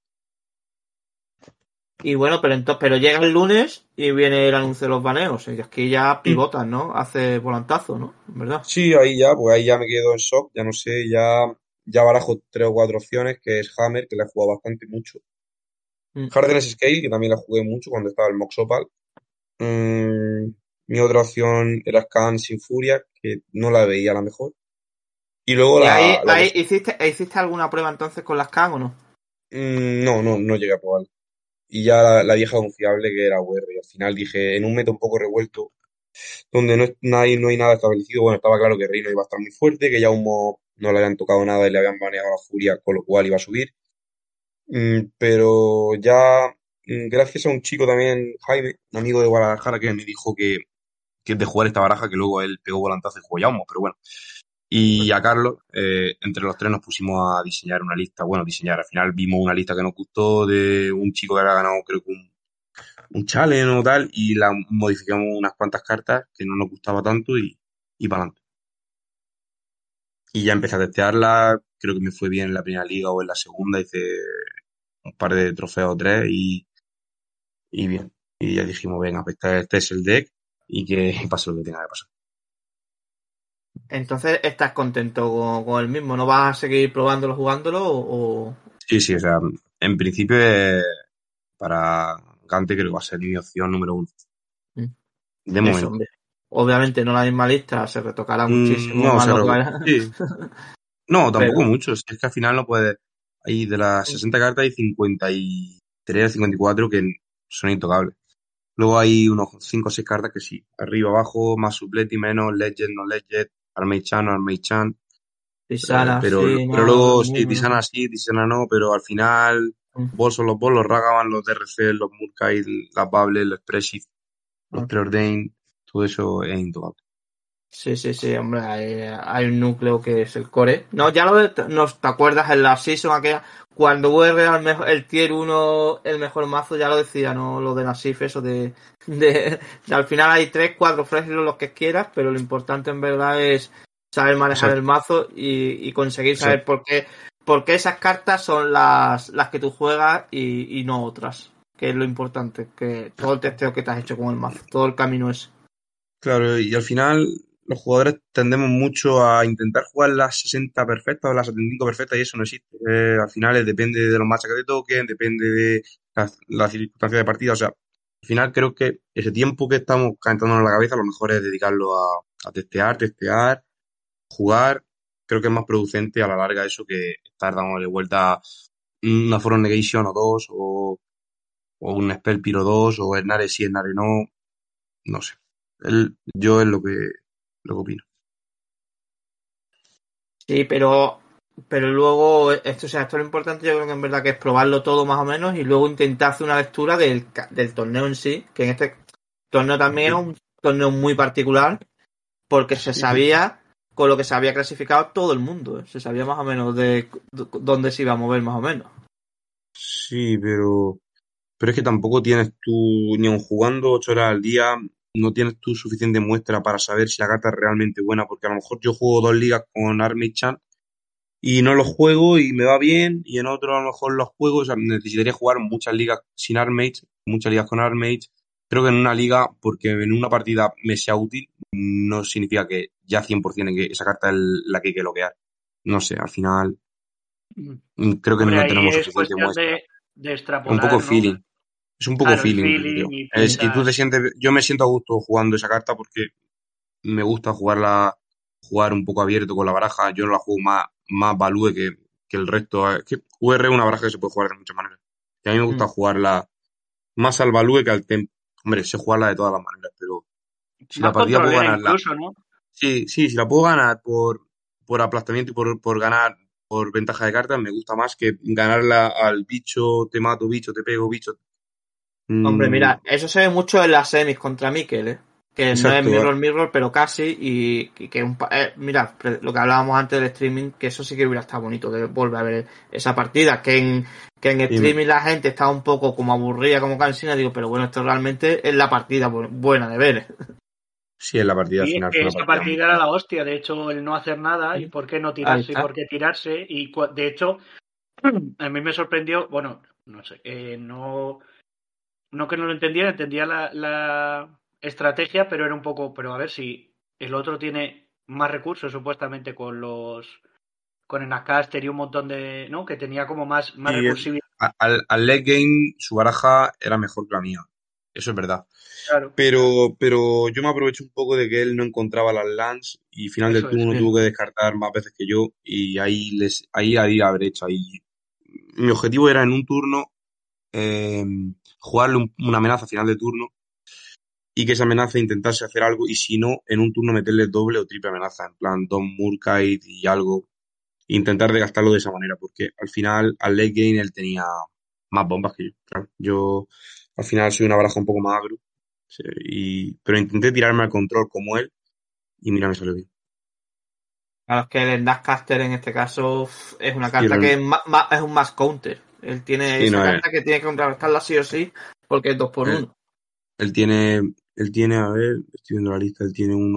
Y bueno, pero llega el lunes y viene el anuncio de los baneos. Y aquí ya pivotan, ¿no? Hace volantazo, ¿no? ¿Verdad? Sí, pues ahí ya me quedo en shock, ya no sé, ya barajo 3 o 4 opciones, que es Hammer, que la he jugado bastante mucho. Mm. Hardened Scale, que también la jugué mucho cuando estaba el Mox Opal. Mm, mi otra opción era Scan sin Furia, que no la veía a la mejor. Y luego ¿Y la que... hiciste alguna prueba entonces con las CAN o no? No llegué a probar. Y ya la vieja confiable que era UR. Y al final dije, en un meta un poco revuelto, donde no hay nada establecido, bueno, estaba claro que Reino iba a estar muy fuerte, que ya Humo no le habían tocado nada y le habían baneado a Furia, con lo cual iba a subir. Pero ya, gracias a un chico también, Jaime, un amigo de Guadalajara, que me dijo que es de jugar esta baraja, que luego él pegó volantazo y jugó Yaumo, pero bueno. Y a Carlos, entre los tres nos pusimos a diseñar una lista. Bueno, diseñar, al final vimos una lista que nos gustó de un chico que había ganado, creo que un challenge o tal, y la modificamos unas cuantas cartas que no nos gustaba tanto y para adelante. Y ya empecé a testearla, creo que me fue bien en la primera liga o en la segunda, hice un par de trofeos o tres y bien. Y ya dijimos, venga, pues este es el deck y que pase lo que tenga que pasar. Entonces, ¿estás contento con el mismo? ¿No vas a seguir probándolo, jugándolo Sí, sí, o sea, en principio para Gante creo que va a ser mi opción número uno. De Eso, momento. hombre. Obviamente no la misma lista, se retocará muchísimo No, más lo que vaya. sí. No, tampoco Pero, mucho. Es que al final no puedes. Hay de las 60 cartas hay 53, 54 que son intocables. Luego hay unos 5 o 6 cartas que sí. Arriba, abajo, más supleti, menos, legend, no legend, Armei-chan, no Armei-chan. Tisana, Pero, sí, pero no, luego sí, ninguno. Tisana sí, Tisana no, pero al final Bols son los Bols, los Ragavan, los DRC, los Murkai, las Bubble, los Expressive, los Preordain, todo eso es intocable. Sí, sí, sí, hombre, hay un núcleo que es el core. No, ya no te acuerdas en la season aquella, cuando UR era el tier uno el mejor mazo, ya lo decía, ¿no? Lo de Nasif, eso de al final hay 3 4 frescos los que quieras, pero lo importante en verdad es saber manejar el Exacto, mazo y conseguir saber exacto. por qué esas cartas son las que tú juegas y no otras. Que es lo importante, que todo el testeo que te has hecho con el mazo, todo el camino es. Claro, y al final los jugadores tendemos mucho a intentar jugar las 60 perfectas o las 75 perfectas y eso no existe. Al final depende de los matches que te toquen, depende de la circunstancia de partida. O sea, al final creo que ese tiempo que estamos calentándonos la cabeza, lo mejor es dedicarlo a testear, jugar. Creo que es más producente a la larga eso que estar dándole vuelta una Forum Negation o dos, o un Spell Piro 2 o Ernare sí, Ernare no, no sé. Yo es lo que opino. Sí, pero luego, esto, o sea, esto es lo importante, yo creo que en verdad que es probarlo todo más o menos y luego intentar hacer una lectura del torneo en sí, que en este torneo también era Sí, un torneo muy particular, porque se sí, sí. sabía con lo que se había clasificado todo el mundo, se sabía más o menos de dónde se iba a mover más o menos. Sí, pero es que tampoco tienes tú, ni aun jugando 8 horas al día, no tienes tú suficiente muestra para saber si la carta es realmente buena, porque a lo mejor yo juego 2 ligas con Armei-chan y no los juego y me va bien, y en otro a lo mejor los juego, o sea, necesitaría jugar muchas ligas sin Armage, muchas ligas con Armage. Creo que en una liga, porque en una partida me sea útil, no significa que ya 100% que esa carta es la que hay que bloquear. No sé, al final creo que Hombre, no ahí tenemos es suficiente cuestión muestra. de Es un poco extrapolar, ¿no? feeling. Es un poco Claro, el feeling, yo feeling creo. y Y tú te piensas, sientes, yo me siento a gusto jugando esa carta porque me gusta jugar un poco abierto con la baraja. Yo no la juego más value que el resto. Es que UR es una baraja que se puede jugar de muchas maneras. Y a mí me gusta jugarla más al value que al tempo. Hombre, sé jugarla de todas las maneras, pero si la más partida puedo controlera ganarla, incluso, ¿no? sí, sí, si la puedo ganar por aplastamiento y por ganar por ventaja de cartas, me gusta más que ganarla al bicho, te mato, bicho, te pego, bicho. Hombre, Mm, mira, eso se ve mucho en las semis contra Mikel, ¿eh? Que no es exacto, mirror, pero casi. Y que mira, lo que hablábamos antes del streaming, que eso sí que hubiera estado bonito, de volver a ver esa partida. Que en dime. streaming la gente está un poco como aburrida, como cansina, digo, pero bueno, esto realmente es la partida buena de ver. Sí, en la partida al Y es final que fue una esa partida muy partida era la hostia, de hecho, el no hacer nada y por qué no Ahí tirarse y por está. qué tirarse. Y de hecho, a mí me sorprendió, bueno, no sé, no que no lo entendiera, entendía la estrategia, pero era un poco, pero a ver si el otro tiene más recursos supuestamente con el Nacaster y un montón de, ¿no? Que tenía como más y recursividad. al late game su baraja era mejor que la mía. Eso es verdad. Claro, Pero yo me aprovecho un poco de que él no encontraba las lands y final del eso es. turno tuvo que descartar más veces que yo y ahí haber hecho. Ahí. Mi objetivo era en un turno eh, jugarle una amenaza a final de turno y que esa amenaza intentase hacer algo y si no, en un turno meterle doble o triple amenaza, en plan Don Murkite y algo intentar desgastarlo de esa manera, porque al final, al late game, él tenía más bombas que yo. Claro. Yo al final soy una baraja un poco más agro, sí, pero intenté tirarme al control como él y mira, me salió bien. Claro, es que el Endascaster en este caso es una carta que es un mass counter. Él tiene esa carta que tiene que contrarrestarla sí o sí, porque es 2x1. Él tiene, a ver, estoy viendo la lista, él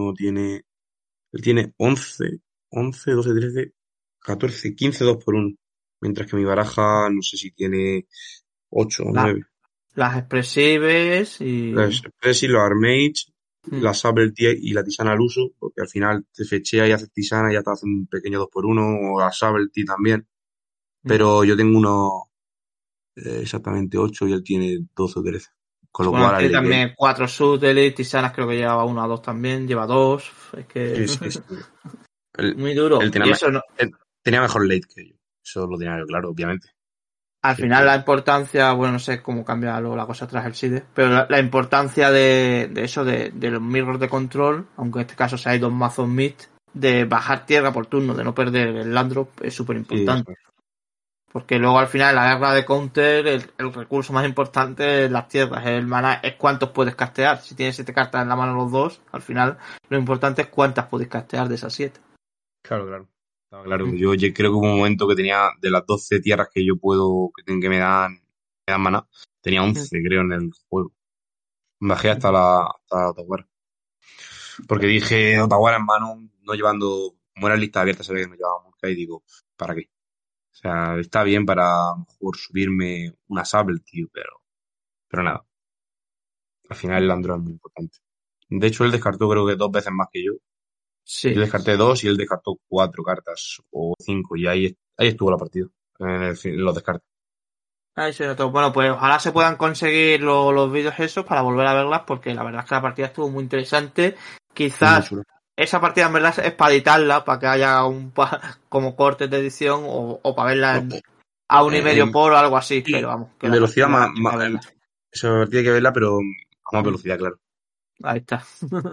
tiene 11, 12, 13, 14, 15 2x1. Mientras que mi baraja, no sé si tiene 8 o 9. Las expresives y... Las expresives, los Armage, la Saber y la Tisana al uso, porque al final te fechea y haces Tisana y ya te hace un pequeño 2x1, o la Saber también. Pero yo tengo unos exactamente 8 y él tiene 12 o 13. Con lo cual... tiene también 4 Sutelis, Tisanas creo que lleva 1 a 2 también, lleva 2. Es que... Sí. Muy duro. Él tenía mejor late que yo. Eso lo tenía yo claro, obviamente. Al final la importancia, bueno, no sé cómo cambia luego la cosa tras el SIDE, pero la importancia de eso, de los mirrors de control, aunque en este caso se hay 2 mazos mid, de bajar tierra por turno, de no perder el land drop, es súper importante. Sí. Porque luego al final en la guerra de counter, el recurso más importante es las tierras, el mana es cuántos puedes castear. Si tienes 7 cartas en la mano los dos, al final lo importante es cuántas puedes castear de esas 7. Claro. Claro, yo creo que hubo un momento que tenía de las 12 tierras que yo puedo, que me dan maná, tenía 11 creo en el juego. Bajé hasta la Otawara. Porque dije, Otawara en mano, no llevando, como era lista abierta, sabía que no llevaba Murka y digo, ¿para qué? O sea, está bien para a lo mejor subirme una Sable, tío, pero nada. Al final el Android es muy importante. De hecho, él descartó creo que 2 veces más que yo. Sí. Yo descarté 2 y él descartó 4 cartas o 5 y ahí estuvo la partida, en los descartes. Ahí se notó. Bueno, pues ojalá se puedan conseguir los vídeos esos para volver a verlas, porque la verdad es que la partida estuvo muy interesante. Quizás esa partida en verdad es para editarla, para que haya como cortes de edición o para verla a 1,5 por o algo así, pero vamos. Que velocidad más esa partida hay que verla, pero a más velocidad, claro. Ahí está.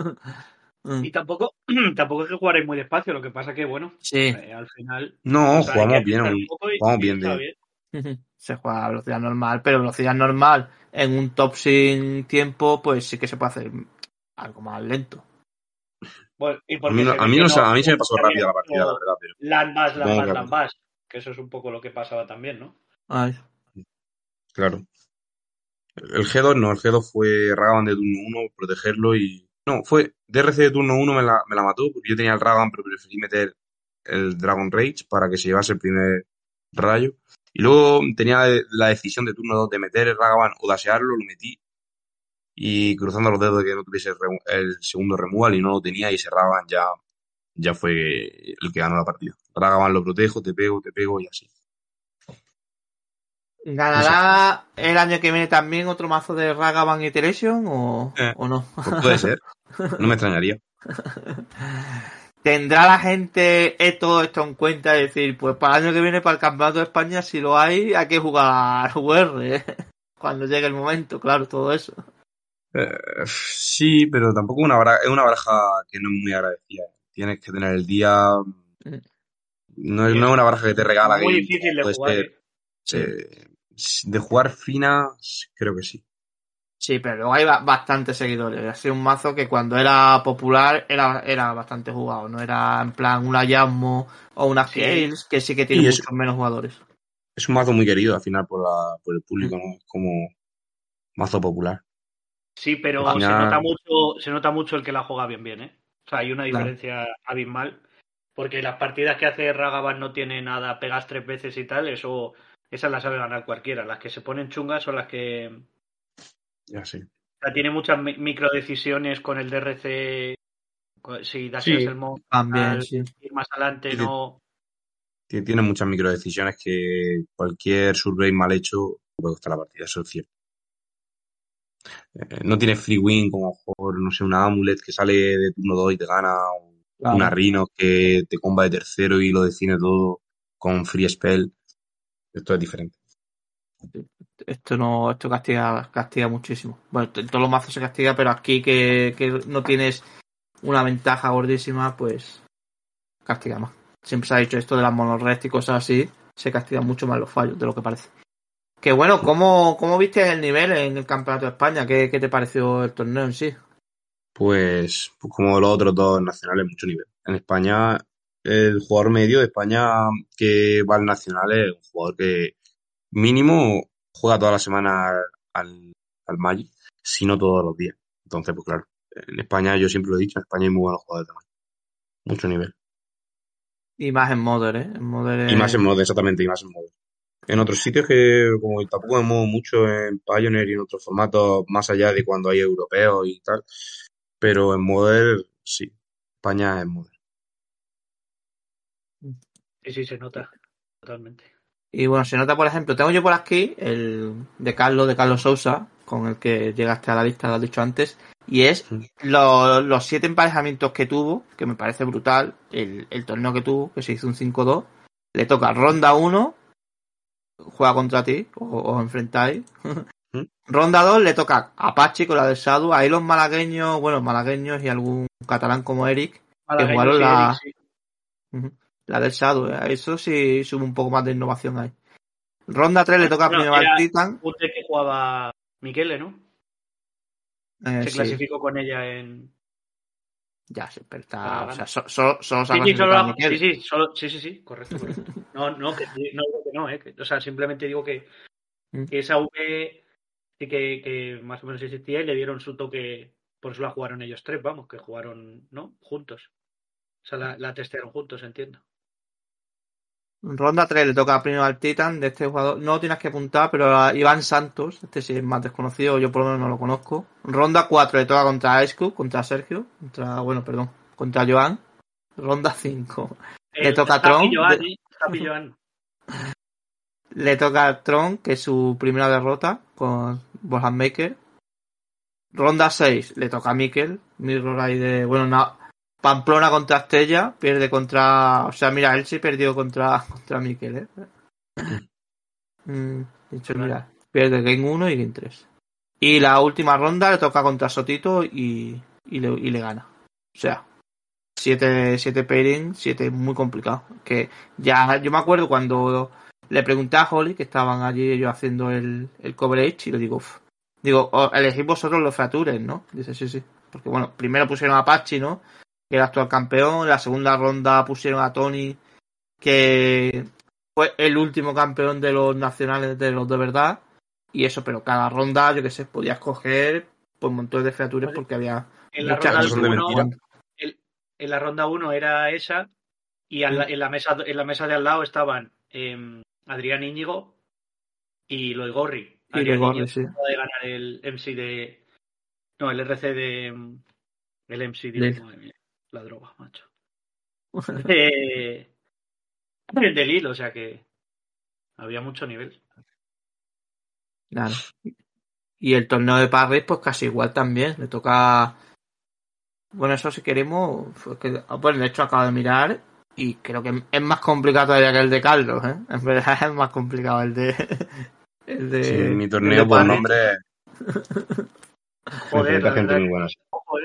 Y tampoco es que jugaréis muy despacio, lo que pasa que, bueno, sí. Al final... No, jugamos bien, jugamos bien. Se juega a velocidad normal, pero velocidad normal en un top sin tiempo, pues sí que se puede hacer algo más lento. Bueno, y a mí se me pasó rápida la partida, la verdad. Pero Landbass, que eso es un poco lo que pasaba también, ¿no? Ay. Claro. El G2 no, el G2 fue Ragavan de turno 1, protegerlo y... No, fue DRC de turno 1 me la mató, porque yo tenía el Ragavan, pero preferí meter el Dragon Rage para que se llevase el primer rayo. Y luego tenía la decisión de turno 2 de meter el Ragavan o dasearlo, lo metí. Y cruzando los dedos de que no tuviese el segundo removal y no lo tenía y ese Ragavan ya fue el que ganó la partida. Ragavan lo protejo, te pego y así. ¿Ganará el año que viene también otro mazo de Ragavan Iteration o no? Pues puede ser. No me extrañaría. ¿Tendrá la gente todo esto en cuenta? Es decir, pues para el año que viene, para el Campeonato de España, si lo hay que jugar UR, cuando llegue el momento, claro, todo eso. Sí, pero tampoco es una baraja que no es muy agradecida. Tienes que tener el día... No es una baraja que te regala. Muy difícil de jugar. De jugar fina, creo que sí. Sí, pero luego hay bastantes seguidores. Ha sido un mazo que cuando era popular era bastante jugado. No era en plan una Yasmo o una Scales, que sí que tiene muchos menos jugadores. Es un mazo muy querido al final por el público, ¿no? Es como mazo popular. Sí, pero final... se nota mucho el que la juega bien, ¿eh? O sea, hay una diferencia abismal. Porque las partidas que hace Ragavan no tiene nada, pegas 3 veces y tal, esas las sabe ganar cualquiera. Las que se ponen chungas son las que... Ya sí. O sea, tiene muchas microdecisiones con el DRC. Si das el mod, también, ir más adelante, no... Tiene muchas microdecisiones que cualquier survey mal hecho puede costar la partida, eso es cierto. No tiene free win como a lo mejor, no sé, una Amulet que sale de turno 2 y te gana, o una Rhino que te comba de tercero y lo define todo con free spell. Esto es diferente. Esto castiga muchísimo. Bueno, en todos los mazos se castiga, pero aquí que no tienes una ventaja gordísima, pues castiga más. Siempre se ha dicho esto de las monorrest y cosas así, se castigan mucho más los fallos de lo que parece. Que bueno, ¿cómo viste el nivel en el Campeonato de España? ¿Qué te pareció el torneo en sí? Pues como los otros dos nacionales, mucho nivel. En España el jugador medio de España que va al Nacional es un jugador que mínimo juega toda la semana al Magic, si no todos los días. Entonces, pues claro, en España, yo siempre lo he dicho, en España hay muy buenos jugadores de Magic, mucho nivel. Y más en Modern, ¿eh? En Modern Y más en Modern, exactamente, y más en Modern. En otros sitios que, como tampoco me muevo mucho en Pioneer y en otros formatos, más allá de cuando hay europeos y tal, pero en Modern, sí, España es Modern. Sí, se nota totalmente. Y bueno, se nota, por ejemplo, tengo yo por aquí el de Carlos Sousa, con el que llegaste a la lista, lo has dicho antes, y es los 7 emparejamientos que tuvo, que me parece brutal, el torneo que tuvo, que se hizo un 5-2, le toca ronda 1, juega contra ti, os enfrentáis. Ronda 2 le toca a Apache con la del Sadu, ahí los malagueños, bueno, malagueños y algún catalán como Eric, que jugaron la... Eric, sí. La del Shadow, eso sí sube un poco más de innovación ahí. Ronda 3 le toca primero al Titan. Un deck que jugaba Michele, ¿no? Se clasificó con ella en... Ya, siempre está... O sea, solo se ha clasificado Miquel. Sí, correcto. No, que digo que no, o sea, simplemente digo que esa V sí que más o menos existía y le dieron su toque, por eso la jugaron ellos 3, vamos, que jugaron, ¿no? Juntos. O sea, la testearon juntos, entiendo. Ronda 3 le toca primero al Titan de este jugador. No lo tienes que apuntar, pero a Iván Santos, este sí es más desconocido, yo por lo menos no lo conozco. Ronda 4 le toca contra Ice Cube, contra Sergio, contra Joan. Ronda 5 le toca a Tron. Le toca a Tron, que es su primera derrota con Borja Maker. Ronda 6 le toca a Mikel. Mirror ahí de... Bueno, no, Pamplona contra Estella. Pierde contra... O sea, mira, él sí perdió contra Mikel, ¿eh? De hecho, mira, pierde Game 1 y Game 3. Y la última ronda le toca contra Sotito y le gana. O sea, 7 pairing, 7 muy complicado. Que ya yo me acuerdo cuando le pregunté a Holly, que estaban allí ellos haciendo el coverage, y le digo, elegís vosotros los features, ¿no? Dice, sí. Porque bueno, primero pusieron a Apache, ¿no? Que era actual campeón. En la segunda ronda pusieron a Tony, que fue el último campeón de los nacionales de los de verdad. Y eso, pero cada ronda, yo que sé, podías coger pues montones de features porque había muchas gente. En la ronda 1 era esa, y en la mesa de al lado estaban Adrián Íñigo y Loigorri. Adrián Íñigo acaba de ganar el MC de... No, el RC de... El MC, digo, madre mía, la droga, macho. De Lille, o sea que había mucho nivel. Claro. Y el torneo de Paris, pues casi igual también. Le toca... Bueno, eso si queremos... Pues de hecho acabo de mirar y creo que es más complicado todavía que el de Carlos, ¿eh? En verdad es más complicado el de... Sí, mi torneo por nombre... Joder, la gente verdad muy buena.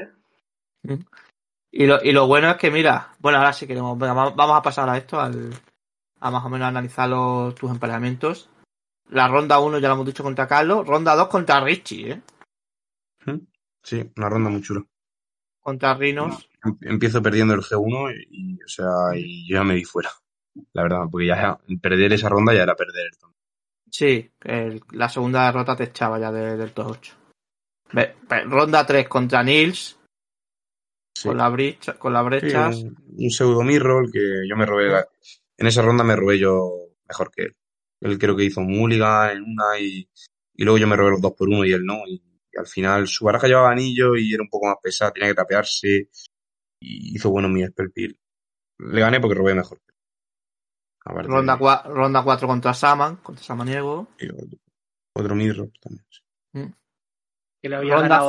Y lo bueno es que, mira, bueno, ahora sí queremos, venga, vamos a pasar a esto, a más o menos analizar tus emparejamientos. La ronda 1 ya lo hemos dicho contra Carlos, ronda 2 contra Richie, ¿eh? Sí, una ronda muy chula. Contra Rinos. Empiezo perdiendo el G1 y yo ya me vi fuera, la verdad, porque ya perder esa ronda ya era perder el torneo. Sí, la segunda derrota te echaba ya del top 8. Ronda 3 contra Nils. Sí. Con la brecha. Sí, un pseudo mirror que yo me robé. En esa ronda me robé yo mejor que él. Él creo que hizo un mulligan en una y luego yo me robé los 2x1 y él no. Y al final su baraja llevaba anillo y era un poco más pesada, tenía que tapearse y hizo bueno mi spell peel. Le gané porque robé mejor. Ronda 4 contra Samaniego. Y otro mirror también. Sí. Que le había ganado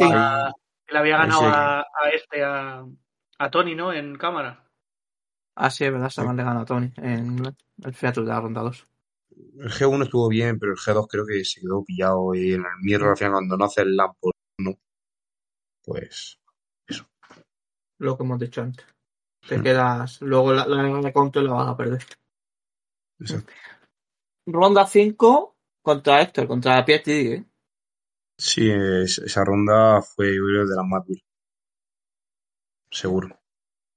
a Tony, ¿no? En cámara. Ah, sí, es verdad, Saman le ganó a Tony en el feature de la ronda 2. El G1 estuvo bien, pero el G2 creo que se quedó pillado y en el mirror al final cuando no hace el lamp por uno, pues eso. Lo que hemos dicho antes. Te quedas, luego la counter la vas a perder. Exacto. Ronda 5 contra Héctor, contra PhD, ¿eh? Sí, esa ronda fue, yo creo, de las más duras. Seguro.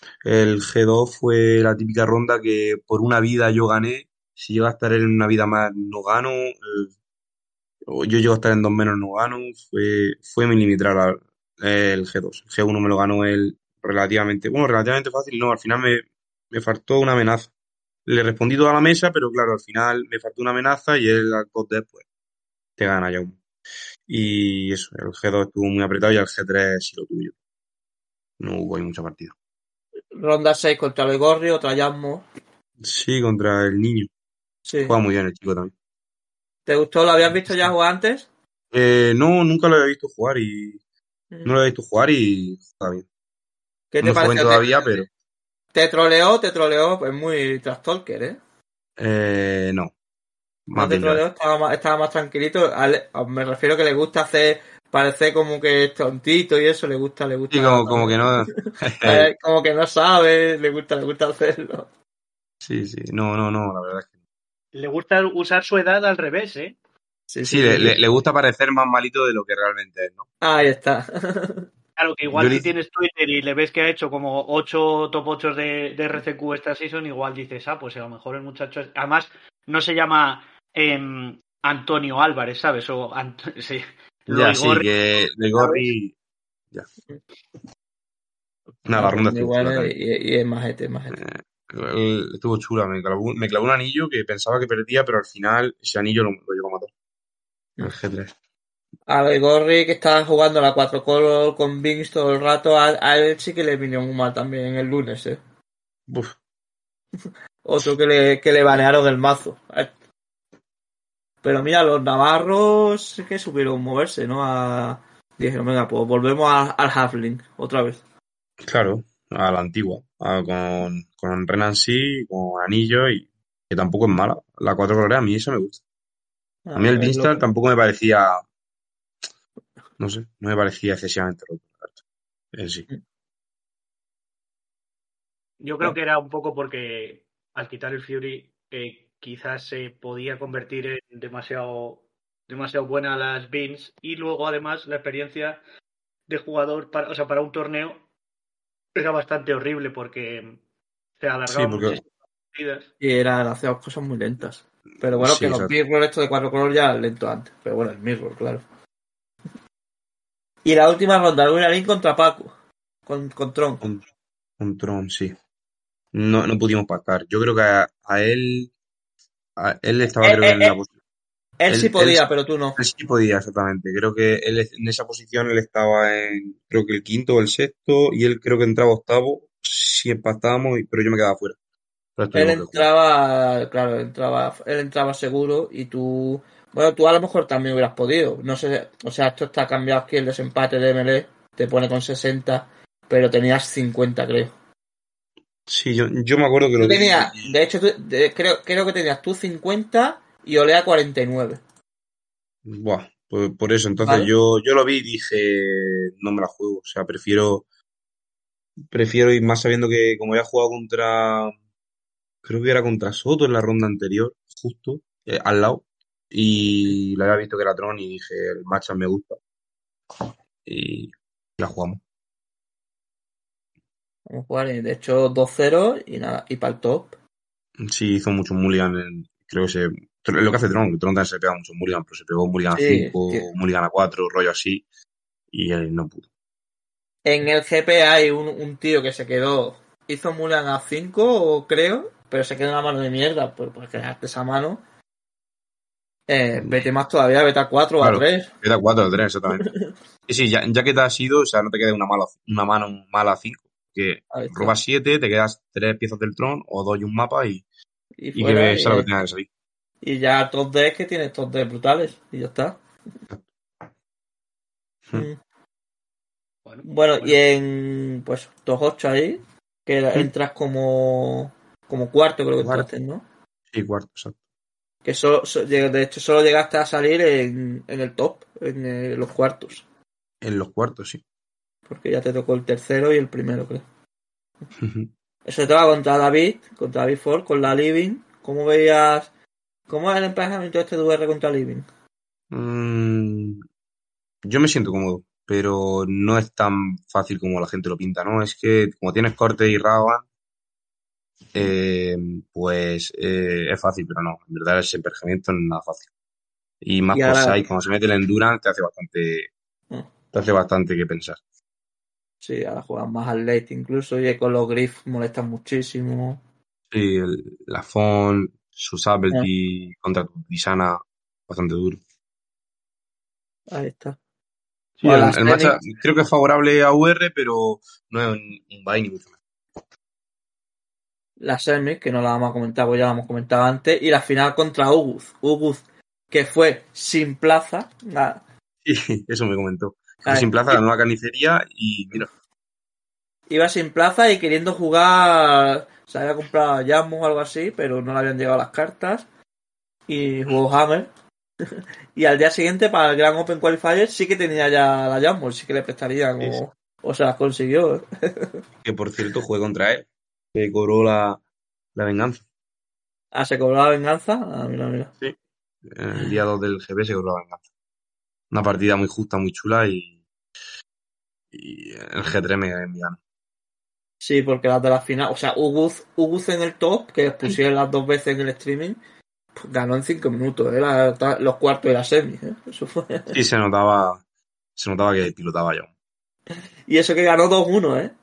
El G2 fue la típica ronda que por una vida yo gané. Si llego a estar en una vida más, no gano. O yo llego a estar en dos menos, no gano. Fue milimetral el G2. El G1 me lo ganó él relativamente. Bueno, relativamente fácil, no. Al final me faltó una amenaza. Le respondí toda la mesa, pero claro, al final me faltó una amenaza y él al COD pues te gana ya uno. Y eso, el G2 estuvo muy apretado y el G3 sí lo tuyo. No hubo ahí mucha partida. Ronda 6 contra el Gorri, otra Yasmo. Sí, contra el niño. Sí. Juega muy bien el chico también. ¿Te gustó? ¿Lo habías visto ya jugar antes? No, nunca lo había visto jugar y no lo había visto jugar y juega bien. ¿Qué te Muy joven pareció? todavía, pero ¿Te troleó? Pues muy trash talker, ¿eh? no, No más te bien leve. troleó, estaba más tranquilito. Me refiero que le gusta hacer, parecer como que es tontito y eso, le gusta Sí, como que no. como que no sabe, le gusta hacerlo. Sí, sí, no, la verdad es que no. Le gusta usar su edad al revés, ¿eh? Sí, Sí, sí, le gusta parecer más malito de lo que realmente es, ¿no? Ahí está. Claro que Yo igual le si hice, tienes Twitter y le ves que ha hecho como 8 top 8 de RCQ esta season, igual dices, pues a lo mejor el muchacho Además, no se llama Antonio Álvarez, ¿sabes? Sí, ya sí, Loigorri, que de ¿sabes? Gorri, ya. Nada, No, la pues ronda muy estuvo chula bueno también. y es majete, es majete. Estuvo chula, me clavó un anillo que pensaba que perdía, pero al final ese anillo lo llegó a matar. El G3. A Gorri que estaba jugando la 4 color con Vince todo el rato, a él sí que le vino muy mal también el lunes, ¿eh? Uf, Otro que le banearon el mazo. Pero mira, los navarros sí que supieron moverse, ¿no? Dijeron, venga, pues volvemos al Halfling otra vez. claro, a la antigua, con Renan sí, con Anillo y que tampoco es mala. La 4 colores a mí esa me gusta. A mí el Es lo Beanstalk que... tampoco me parecía, no sé, no me parecía excesivamente roto. Sí. Yo creo que era un poco porque al quitar el Fury quizás se podía convertir en demasiado buena las Beans y luego además la experiencia de jugador para un torneo era bastante horrible porque se Sí, alargaban porque, muchísimas partidas. Y era, hacía cosas muy lentas. Pero bueno, sí, que los exacto. mirror estos de 4 color ya lento antes. Pero bueno, el mirror, claro. Y la última ronda, Lunarín contra Paco. Con Tron. Un Tron, sí. No pudimos pactar. Yo creo que a él estaba Eh, creo que eh, en la eh, posición. él sí Él podía, pero tú no. sí podía, exactamente. Creo que él en esa posición él estaba en, creo que el quinto o el sexto, y él creo que entraba octavo si empatábamos, pero yo me quedaba fuera. Pero Él tuvimos que jugar. entraba, claro, él entraba seguro y tú, bueno, tú a lo mejor también hubieras podido. No sé, o sea, esto está cambiado aquí el desempate de MLE, te pone con 60, pero tenías 50, creo. Sí, yo me acuerdo que Tú lo vi tenías, de hecho, creo que tenías tú 50 y Olea 49, buah, por eso. Entonces ¿vale? yo lo vi y dije, no me la juego. O sea, prefiero ir más sabiendo que como había jugado contra, creo que era contra Soto en la ronda anterior, justo, al lado. Y la había visto que era Tron y dije, el matchup me gusta. Y la jugamos. Vamos a jugar, y de hecho, 2-0 y nada, y para el top. Sí, hizo muchos mulligan. Creo que lo que hace Tron, que Tron también se pega muchos mulligan, pero se pegó un mulligan a Sí, 5, mulligan a 4, rollo así. Y él no pudo. en el GP hay un tío que se quedó, hizo Mulan a 5, creo, pero se quedó en una mano de mierda, pues quedarte esa mano. Vete más todavía, vete a 4 o a Claro, 3. queda 4 de 3, exactamente. Y sí, ya que te has ido, o sea, no te queda una mano mala a 5, que Ahí está. robas 7, te quedas 3 piezas del Tron o 2 y un mapa Y y que fuera, sea lo que tenga que salir. y ya top 10 que tienes top 10 brutales. Y ya está. Mm. Bueno, y Bueno, en pues top 8 ahí, que entras como cuarto, creo que Cuarto, entraste, ¿no? sí, cuarto, exacto. Que de hecho solo llegaste a salir en el top, en los cuartos. En los cuartos, sí. Porque ya te tocó el tercero y el primero, creo. Eso te va contra David Ford, con la Living. ¿Cómo veías? ¿Cómo es el emparejamiento este de VR contra Living? Mm, yo me siento cómodo. pero no es tan fácil como la gente lo pinta, ¿no? Es que como tienes corte y Raban, pues es fácil, pero no, en verdad ese emparejamiento no es nada fácil. Y más Y por ahora, 6, cuando se mete el Endurance, te hace bastante que pensar. sí, ahora juegan más al late incluso, y con los Griff molestan muchísimo. Sí, la Fon, su Subtlety contra tu Tisana, bastante duro. Ahí está. Sí, Bueno, el matchup creo que es favorable a UR, pero no es un bye ni mucho menos. la semis, que no la vamos a comentar, pues ya la hemos comentado antes, y la final contra Ugus. Ugus, que fue sin plaza. Nada. Sí, eso me comentó. Que fue Ay, sin plaza, la nueva carnicería y mira. iba sin plaza y queriendo jugar. Se había comprado a Jammus o algo así, pero no le habían llegado las cartas. Y jugó Hammer. Y al día siguiente, para el Grand Open Qualifier, sí que tenía ya la Jammus, sí que le prestarían Sí, sí. o se las consiguió. Que por cierto jugué contra él, que cobró la venganza. Ah, se cobró la venganza. Ah, mira, mira. Sí. El día 2 del GP se cobró la venganza. Una partida muy justa, muy chula y el G3 me ganó. Sí, porque las de la final, o sea, Ugus en el top, que les pusieron las dos veces en el streaming, pues ganó en 5 minutos, los cuartos de la semi, ¿eh? Eso fue. Sí, se notaba que pilotaba yo. Y eso que ganó 2-1, ¿eh?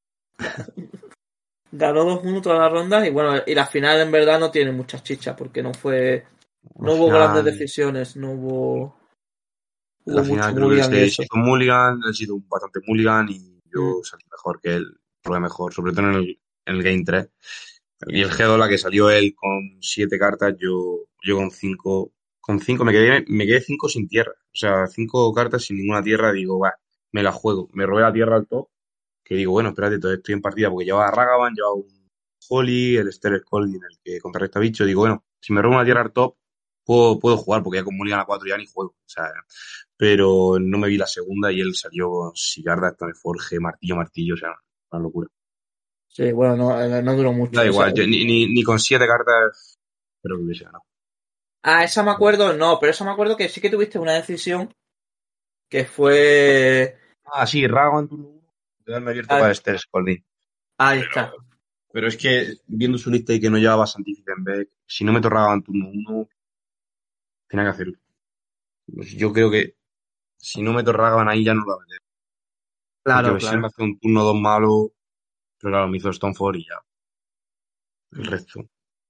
Ganó 2-1 todas las rondas y bueno, y la final en verdad no tiene muchas chichas porque Al no hubo grandes final, decisiones, hubo la final mucho creo que mulligan y se eso. hizo un mulligan, ha sido un bastante mulligan y Mm. yo salí mejor que él, probé mejor, sobre todo en el Game 3. Y el G2, la que salió él con 7 cartas, yo con cinco me quedé 5 sin tierra. O sea, 5 cartas sin ninguna tierra, digo, va, me la juego. Me robé la tierra al top, que digo, bueno, espérate, todavía estoy en partida porque llevaba a Ragavan, llevaba un Holly, el Stellar Scalding, en el que contrarresta bicho. Digo, bueno, si me robo una tierra al top, puedo jugar, porque ya con Mulligan a 4 ya ni juego. O sea, pero no me vi la segunda y él salió con Sigarda, Stone Forge, martillo, martillo, o sea, una locura. Sí, bueno, no duró Da mucho esa. igual, ni con 7 cartas creo que hubiese ganado. Ah, esa me acuerdo, no, pero esa me acuerdo que sí que tuviste una decisión que fue... Ah, sí, Rago en turno 1, quedarme abierto Ah, para este Scolding. ahí Pero, está. pero es que viendo su lista y que no llevaba Scientific en Beck, si no me torraba en turno 1, tenía que hacerlo. Pues yo creo que si no me torraban ahí ya no lo iba a meter. Claro, Porque si no me claro. hace un turno 2 malo, pero claro, me hizo Stoneford y ya. El Mm. resto.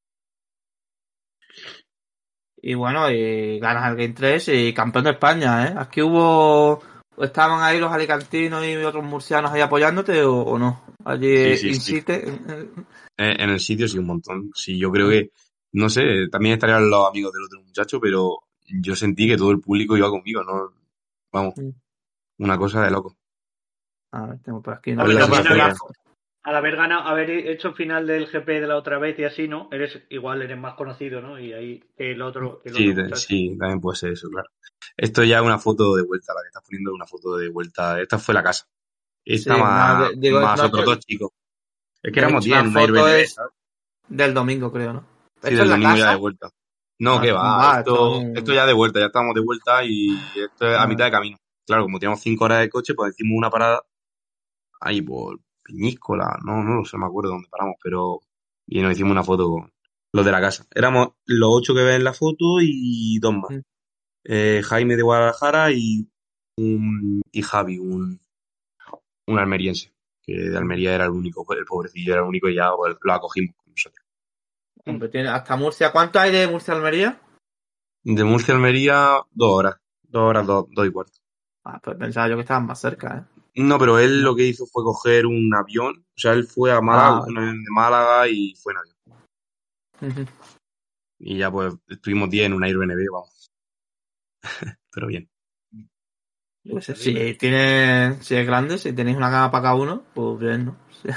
Y bueno, y ganas el Game 3 y campeón de España, ¿eh? Aquí estaban ahí los alicantinos y otros murcianos ahí apoyándote o no. Allí Sí, sí, in sí. situ. En el sitio sí un montón. Sí, yo creo que, no sé, también estarían los amigos del otro muchacho, pero yo sentí que todo el público iba conmigo, ¿no? Vamos, una cosa de loco. A ver, tengo por aquí, no ¿Cuál es Hombre, la tengo por también aquí la sensación? foto. al haber ganado, haber hecho final del GP de la otra vez y así, ¿no? Eres más conocido, ¿no? Y ahí que el otro Sí, muchacho. sí, también puede ser eso, claro. Esto ya es una foto de vuelta, la que estás poniendo es una foto de vuelta. Esta fue la casa. Esta Sí, más, digo, más otros dos chicos. Es que de éramos hecho 10 la en una foto Airbnb, es ¿sabes? del domingo, creo, ¿no? Sí, ¿Esto es del la domingo ya de casa? vuelta. No, No, que esto es un va, bar, esto es esto un... ya de vuelta, ya estamos de vuelta y esto es a mitad Ah, de camino. Claro, como teníamos 5 horas de coche, pues hicimos una parada ahí por Peñíscola, no lo sé, me acuerdo dónde paramos, pero y nos hicimos una foto con los de la casa. Éramos los 8 que ven en la foto y dos más. mm. Jaime de Guadalajara y Javi, un almeriense, que de Almería era el único, el pobrecillo era el único y ya pues, lo acogimos con nosotros. Hombre, tiene hasta Murcia. ¿Cuánto hay de Murcia a Almería? De Murcia a Almería, 2 horas, 2 horas, 2 y cuarto. Ah, pues pensaba yo que estaban más cerca, ¿eh? No, pero él No. lo que hizo fue coger un avión, o sea, él fue a Málaga, Ah, cogió un avión de Málaga y fue en avión. vale. Y ya pues estuvimos 10 en un Airbnb, vamos, pero bien. Yo qué sé, Terrible. si es grande, si tenéis una cama para cada uno, pues bien, ¿no? Sí.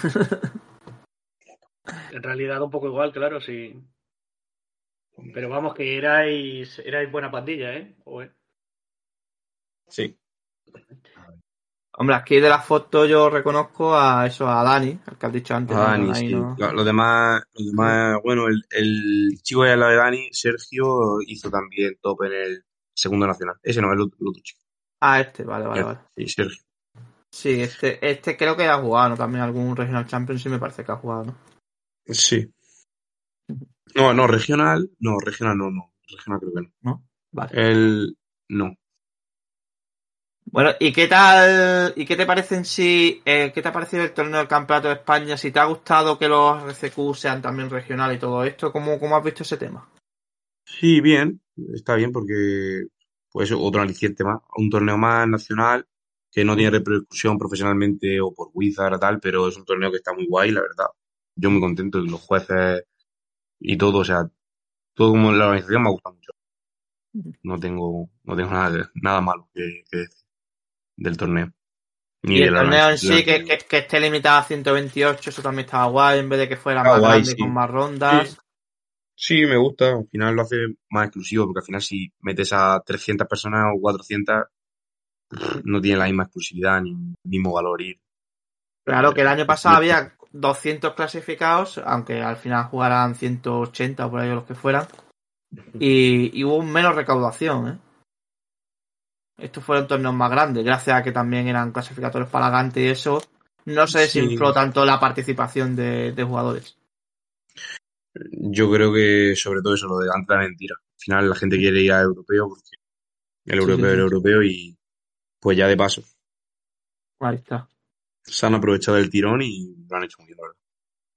En realidad un poco igual, claro, sí. Pero vamos, que erais buena pandilla, ¿eh? Joder. Sí. Hombre, aquí de la foto yo reconozco a eso, a Dani, al que has dicho antes, ¿no? Dani, Ahí sí. no. Los demás, bueno, el chico de al lado de Dani, Sergio, hizo también top en el segundo nacional. Ese no, el otro chico. Ah, vale. Sí, Sergio. Sí, este creo que ha jugado, ¿no? También algún Regional Champions sí me parece que ha jugado, ¿no? Sí. No, regional no. Regional creo que no. ¿No? Vale. El, no. Bueno, ¿y qué tal? ¿Y qué te parece en sí? ¿Qué te ha parecido el torneo del Campeonato de España? Si te ha gustado que los RCQ sean también regionales y todo esto, ¿cómo has visto ese tema? Sí, bien. Está bien porque, pues, otro aliciente más. Un torneo más nacional que no tiene repercusión profesionalmente o por Wizard o tal, pero es un torneo que está muy guay, la verdad. Yo muy contento y los jueces y todo, o sea, todo como la organización me gusta mucho. No tengo nada malo que decir del torneo, ni Y de el la torneo en organización, sí, ni de... que esté limitado a 128, eso también estaba guay, en vez de que fuera Está más guay, grande con sí. más Sí, rondas. sí, me gusta. Al final lo hace más exclusivo, porque al final si metes a 300 personas o 400 no tiene la misma exclusividad ni el mismo valor ir. Claro que el año pasado Estuve- había 200 clasificados, aunque al final jugarán 180 o por ahí los que fueran, y hubo menos recaudación, ¿eh? Estos fueron torneos más grandes, gracias a que también eran clasificatorios para Gante y eso, no se desinfló Sí, tanto la participación de jugadores. yo creo que sobre todo eso, lo de antes la mentira. Al final la gente quiere ir a europeo porque el Sí, sí, europeo era sí. europeo y pues ya de paso Ahí está. se han aprovechado del tirón y lo han hecho muy bien, la verdad.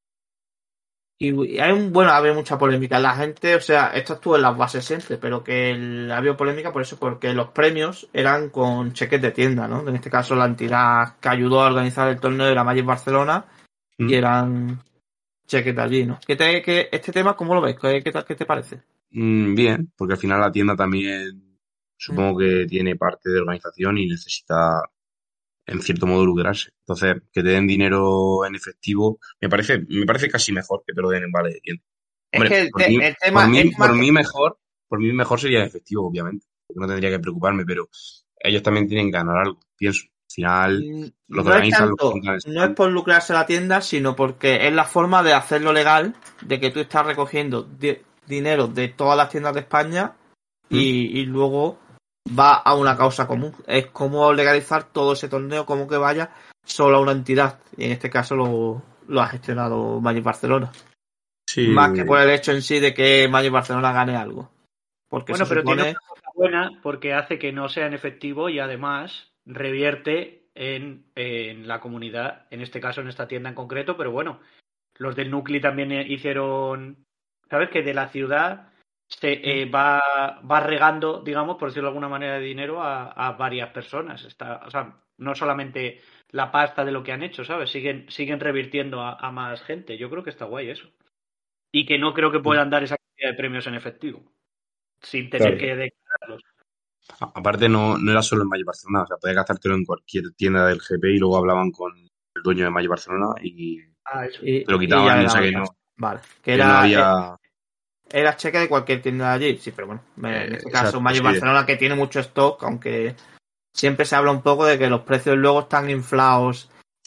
Y hay había mucha polémica. La gente, o sea, esto estuvo en las bases siempre, pero que había polémica por eso, porque los premios eran con cheques de tienda, ¿no? En este caso, la entidad que ayudó a organizar el torneo era Magic Barcelona y ¿Mm? eran cheques de allí, ¿no? Este tema, ¿cómo lo ves? ¿Qué te parece? Bien, porque al final la tienda también Mm. supongo que tiene parte de organización y necesita en cierto modo lucrarse. Entonces, que te den dinero en efectivo me parece casi mejor que te lo den en vale de tienda. Es Hombre, que el tema es más que... por mí mejor sería en efectivo, obviamente, porque no tendría que preocuparme, pero ellos también tienen que ganar algo, pienso. Al final, los que No es organizan, los que tanto, montan el no es stand. por lucrarse la tienda, sino porque es la forma de hacerlo legal, de que tú estás recogiendo dinero de todas las tiendas de España ¿Mm? y luego va a una causa común. Es como legalizar todo ese torneo, como que vaya solo a una entidad. Y en este caso lo ha gestionado Magic Barcelona. Más que por Sí, el hecho en sí de que Magic Barcelona gane algo. Porque se Bueno, pero tiene supone... una cosa buena porque hace que no sea en efectivo y además revierte en la comunidad, en este caso en esta tienda en concreto, pero bueno, los del Nucli también hicieron, ¿sabes? Que de la ciudad se va regando, digamos, por decirlo de alguna manera, de dinero a varias personas. O sea, no solamente la pasta de lo que han hecho, ¿sabes? Siguen revirtiendo a más gente. Yo creo que está guay eso. Y que no creo que sí, puedan dar esa cantidad de premios en efectivo sin tener claro. que declararlos. Aparte no era solo en Magic Barcelona, o sea, podías gastártelo en cualquier tienda del GP y luego hablaban con el dueño de Magic Barcelona y Ah, eso. te lo Y ya quitaban, le o sea daba el que paso. no, Vale. que no había... Era cheque de cualquier tienda de allí. Sí, pero bueno, en este caso exacto, Magic sí, Barcelona que tiene mucho stock, aunque siempre se habla un poco de que los precios luego están inflados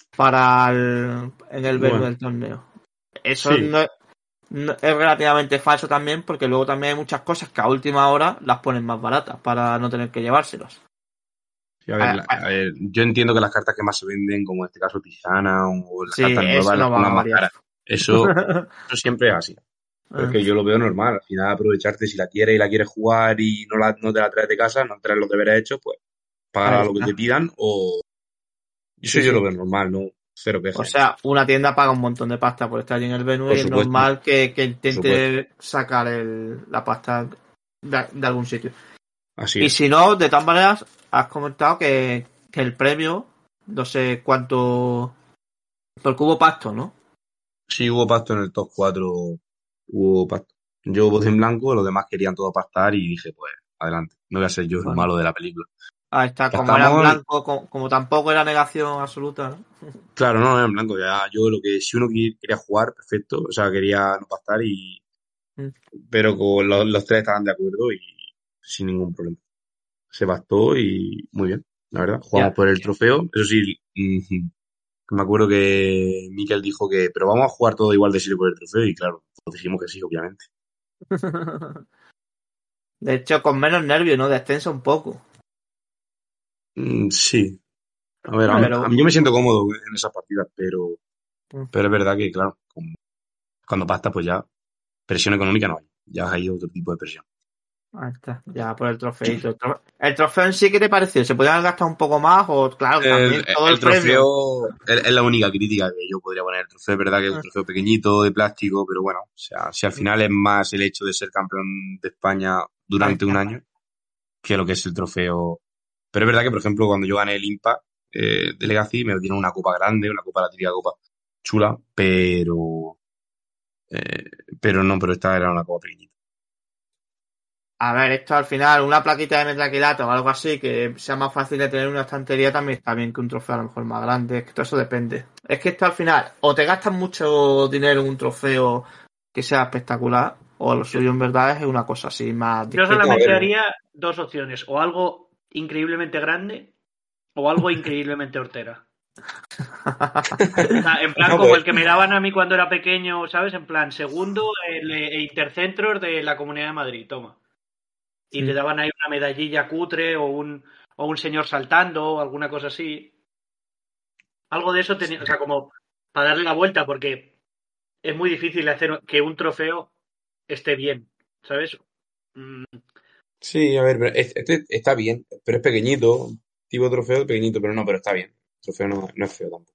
en el venue bueno, del torneo. Eso sí. es relativamente falso también porque luego también hay muchas cosas que a última hora las ponen más baratas para no tener que llevárselos. Sí, a ver, Ah, ah, yo entiendo que las cartas que más se venden, como en este caso Tisana o las sí, cartas nuevas, eso las no van a pongan más variar. caras. Eso siempre es así. Pero es que yo lo veo normal. Al final, aprovecharte si la quieres y la quieres jugar y no te la traes de casa, no traes los deberes hechos, pues Ahí paga lo que te está. pidan o... Eso Sí, yo lo sí. veo normal, no cero O quejas. sea, una tienda paga un montón de pasta por estar allí en el venue Por y es supuesto, normal que por supuesto. intente sacar la pasta de algún sitio. Así Y es. si no, de todas maneras, has comentado que el premio, no sé cuánto, porque hubo pacto, ¿no? Sí, hubo pacto en el top 4, hubo pacto. Yo voté en blanco, los demás querían todo pactar y dije, pues, adelante. No voy a ser yo el Bueno, malo de la película. ahí está, Ya como era en estamos, blanco, como tampoco era negación absoluta, ¿no? claro, no, en blanco, ya yo lo que, si uno quería jugar, perfecto, o sea, quería no pactar pero con los tres estaban de acuerdo y sin ningún problema. Se pactó y muy bien, la verdad. Jugamos Ya. por el trofeo, eso sí, me acuerdo que Mikel dijo que, pero vamos a jugar todo igual de serio por el trofeo y claro, pues dijimos que sí, obviamente. De hecho, con menos nervios, ¿no? Descensa un poco. Sí. A ver, Pero, yo me siento cómodo en esas partidas, pero es verdad que, claro, cuando pasta, pues ya presión económica no hay. Ya hay otro tipo de presión. ahí está, ya por el trofeito. El trofeo en sí, ¿qué te pareció? ¿Se podían gastar un poco más? O, claro, El, también todo el el premio. trofeo es la única crítica que yo podría poner. El trofeo es verdad que es un trofeo pequeñito, de plástico, pero bueno, o sea, si al final es más el hecho de ser campeón de España Ahí durante un está. año que lo que es el trofeo. Pero es verdad que, por ejemplo, cuando yo gané el Impact de Legacy, me dieron una copa grande, una copa, la típica copa chula, eh, pero esta era una copa pequeñita. A ver, esto al final, una plaquita de metaquilato o algo así, que sea más fácil de tener en una estantería, también está bien que un trofeo a lo mejor más grande. Es que todo eso depende. Es que esto al final, o te gastas mucho dinero en un trofeo que sea espectacular, o lo suyo en verdad es una cosa así más Yo discreta. No, a solamente ver, haría dos opciones, o algo increíblemente grande o algo increíblemente hortera. O sea, en plan no, como pues, el que me daban a mí cuando era pequeño, ¿sabes? En plan, segundo intercentros de la Comunidad de Madrid, toma. Y te Sí. daban ahí una medallilla cutre o un señor saltando o alguna cosa así. Algo de eso tenía, o sea, como para darle la vuelta, porque es muy difícil hacer que un trofeo esté bien, ¿sabes? Mm, sí, a ver, pero este está bien, pero es pequeñito, tipo trofeo pequeñito, pero está bien. El trofeo no es feo tampoco.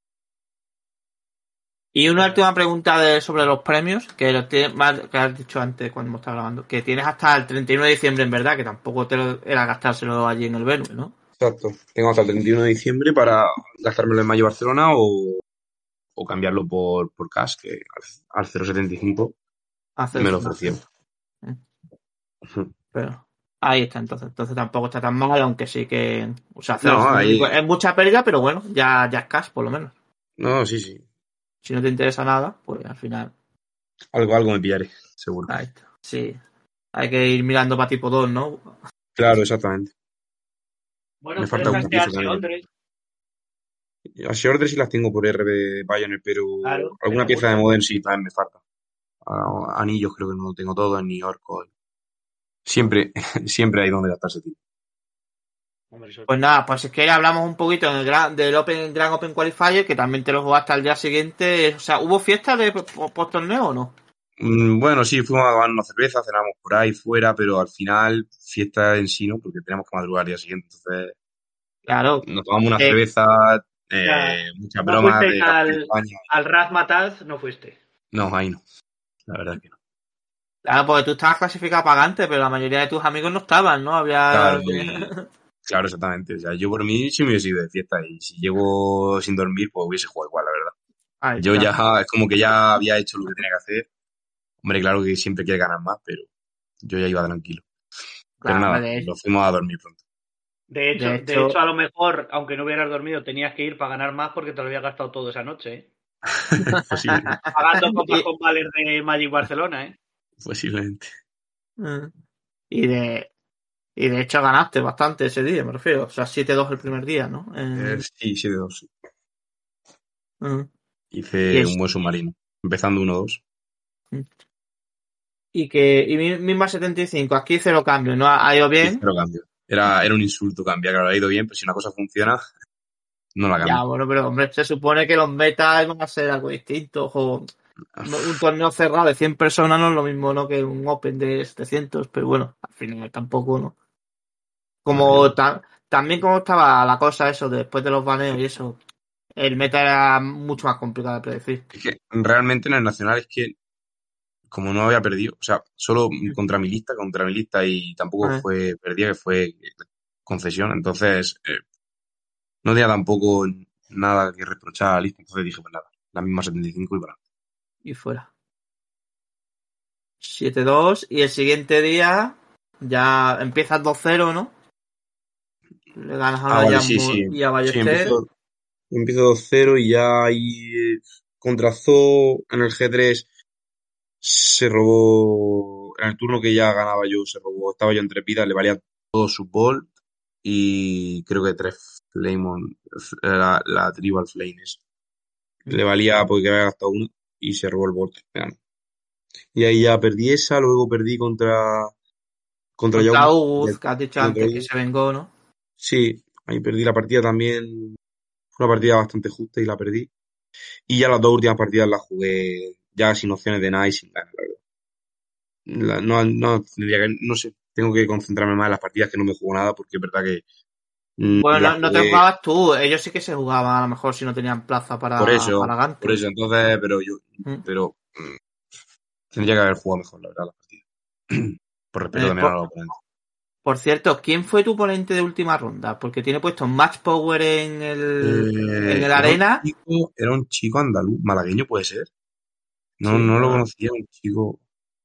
Y una pues última pregunta sobre los premios, que, que has dicho antes cuando hemos estado grabando, que tienes hasta el 31 de diciembre en verdad, que tampoco era gastárselo allí en el Venus, ¿no? Exacto. Tengo hasta el 31 de diciembre para gastármelo en Mayo Barcelona o cambiarlo por cash, que al 0,75 me lo Haces. ofrecieron. Pero ahí está, entonces tampoco está tan mal, aunque sí que, o sea, No, ahí, 0,75 es mucha pérdida, pero bueno, ya es cash por lo menos. no, sí, sí. Si no te interesa nada, pues al final, Algo me pillaré, seguro. ahí está. Sí, hay que ir mirando para tipo 2, ¿no? Claro, exactamente. bueno, Me puedes falta alguna castear pieza si también. Ordre, Así orders sí las tengo por RB Pioneer, pero claro, que alguna te pieza de gustan. Modern sí también me falta. Anillos creo que no tengo todos, ni orcos. Siempre, siempre hay donde gastarse tiempo. Hombre, eso. Pues nada, pues es que hablamos un poquito del Grand Open Qualifier, que también te lo jugaste al día siguiente. O sea, ¿hubo fiesta de post torneo o no? Bueno, sí, fuimos a tomar una cerveza, cenamos por ahí fuera, pero al final fiesta en sí no, porque teníamos que madrugar al día siguiente. Entonces Claro, nos tomamos una que cerveza, O sea, muchas no bromas fuiste de Campeón de España. al Razmataz, no fuiste. No, ahí no, la verdad es que no. claro, porque tú estabas clasificado para Gante, pero la mayoría de tus amigos no estaban, ¿no? Claro, Había... claro, exactamente. O sea, yo por mí sí me hubiese ido de fiesta y si llego sin dormir, pues hubiese jugado igual, la verdad. Ahí Yo está. ya, es como que ya había hecho lo que tenía que hacer. Hombre, claro que siempre quiere ganar más, pero yo ya iba tranquilo. Pero Claro, hombre, nada, nos fuimos a dormir pronto. de De hecho, hecho, a lo mejor, aunque no hubieras dormido, tenías que ir para ganar más porque te lo habías gastado todo esa noche, ¿eh? Posible, Pagando copas y, con Valer de Magic Barcelona, ¿eh? posiblemente. y de y de hecho ganaste bastante ese día, me refiero. O sea, 7-2 el primer día, ¿no? Sí, 7-2. Mm. y, Hice un es, buen submarino. Empezando 1-2. misma 75, aquí cero cambio, ¿no? Ha ido Y bien. cero cambio. Era un insulto cambiar, claro, ha ido bien, pero si una cosa funciona, no la Ya, cambio. bueno, pero hombre, se supone que los metas van a ser algo distinto. O un torneo cerrado de 100 personas no es lo mismo, ¿no? Que un Open de 700, pero bueno, al final tampoco, ¿no? Nada, yo- También como estaba la cosa eso, después de los baneos y eso, el meta era mucho más complicado de predecir. Es que realmente en el Nacional es que, como no había perdido, o sea, solo contra mi lista y tampoco Eh, fue perdida, que fue concesión, entonces no tenía tampoco nada que reprochar a la lista, entonces dije, pues nada, la misma 75 y para. y fuera. 7-2 y el siguiente día ya empiezas 2-0, ¿no? Le ganas a Ah, una vale, sí, Jammu sí. y a Sí, Ballester. empiezo 2-0 y ya ahí contra Zoo en el G3 se robó, en el turno que ya ganaba yo, se robó, estaba yo entre pidas, le valía todo su bolt y creo que tres Flamon, la Tribal Flames. Le valía porque había gastado uno y se robó el bolt. Vean. Y ahí ya perdí esa, luego perdí contra Contra Jaume. Uguz, que has dicho Contra antes que Hugo. se vengó, ¿no? Sí, Ahí perdí la partida también. Fue una partida bastante justa y la perdí. Y ya las dos últimas partidas las jugué ya sin opciones de nada y sin ganas, la verdad. No, no sé, tengo que concentrarme más en las partidas que no me juego nada porque es verdad que Bueno, las no te jugué jugabas tú, ellos sí que se jugaban a lo mejor si no tenían plaza para por Gante. eso, entonces, Mm. tendría que haber jugado mejor, la verdad, la partida. Por respeto Eh, también a por, los oponentes. por cierto, ¿quién fue tu oponente de última ronda? Porque tiene puesto Match Power en el arena. Era un chico andaluz, malagueño puede ser. No, Sí, no lo bueno. conocía, un chico.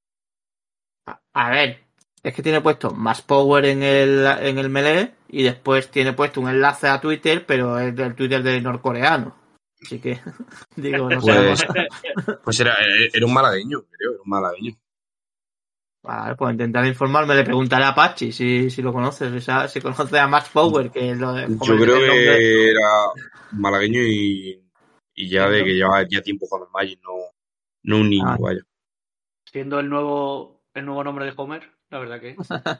A ver, es que tiene puesto Match Power en el Melee y después tiene puesto un enlace a Twitter, pero es del Twitter de norcoreano. Así que, digo, no sabemos. Pues, pues era un malagueño, creo, era un malagueño. Vale, pues intentaré informarme, le preguntaré a Pachi si lo conoces, si conoce a Max Power, que es como Yo creo el nombre. que era malagueño y ya de que Siendo, llevaba ya tiempo jugando en Magic, no, no un niño, Ah. vaya. siendo el nuevo nombre de Homer, la verdad que.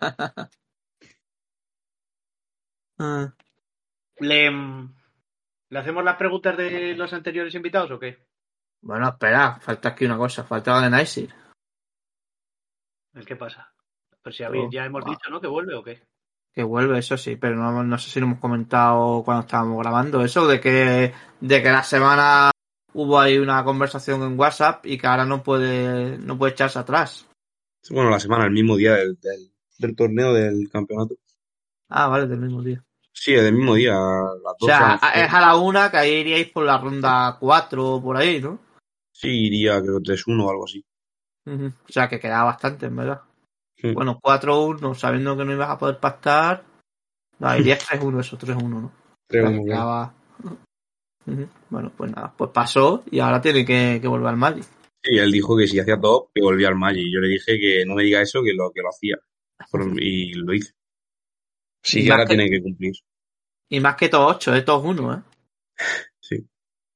Ah. ¿Le, ¿Le hacemos las preguntas de los anteriores invitados o qué? Bueno, espera, falta aquí una cosa, falta la de Naisir. ¿El qué pasa? Pues si Oh, ya hemos dicho, ¿no? ¿Que vuelve o qué? que vuelve, eso sí, pero no sé si lo hemos comentado cuando estábamos grabando eso, de que la semana hubo ahí una conversación en WhatsApp y que ahora no puede echarse atrás. Bueno, la semana, el mismo día del torneo del campeonato. Ah, vale, del mismo día. Sí, es del mismo día, a las O 12 a lo sea, mejor. es a la una que ahí iríais por la ronda 4 o por ahí, ¿no? Sí, iría, creo, 3-1 o algo así. Ujú. O sea, que quedaba bastante, en verdad. Mm. Bueno, 4-1, sabiendo que no ibas a poder pactar. No, irías 3-1, eso, 3-1, ¿no? O sea, 3-1, que claro. quedaba. Ujú. Bueno, pues nada, pues pasó y ahora tiene que volver al Magic. Sí, él dijo que si hacía top, que volvía al Magic. Yo le dije que no me diga eso, que lo hacía. Y lo hice. Y Sí que más ahora que, tiene que cumplir. y más que todos 8, todos 1, ¿eh? Sí.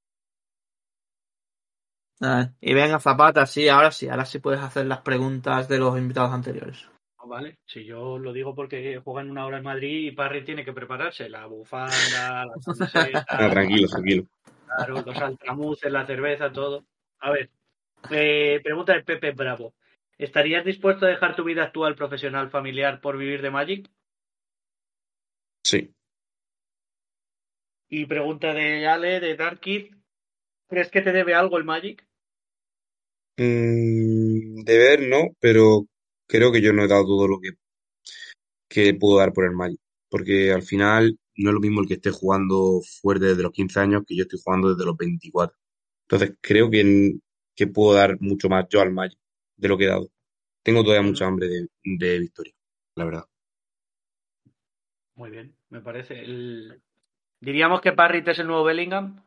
Y venga, Zapata, sí, ahora sí puedes hacer las preguntas de los invitados anteriores. No, vale, si yo lo digo porque juegan una hora en Madrid y Parry tiene que prepararse. La bufanda, la Ah, camiseta, tranquilo, tranquilo. claro, los altramuces, la cerveza, todo. A ver, pregunta de Pepe Bravo. ¿Estarías dispuesto a dejar tu vida actual, profesional, familiar por vivir de Magic? Sí. Y pregunta de Ale, de Dark Kid. ¿Crees que te debe algo el Magic? Deber no, pero creo que yo no he dado todo lo que puedo dar por el Magic. Porque al final no es lo mismo el que esté jugando fuerte desde los 15 años que yo estoy jugando desde los 24. Entonces creo que puedo dar mucho más yo al Magic de lo que he dado. Tengo todavía mucha hambre de victoria, la verdad. Muy bien, me parece. Diríamos que Parry es el nuevo Bellingham.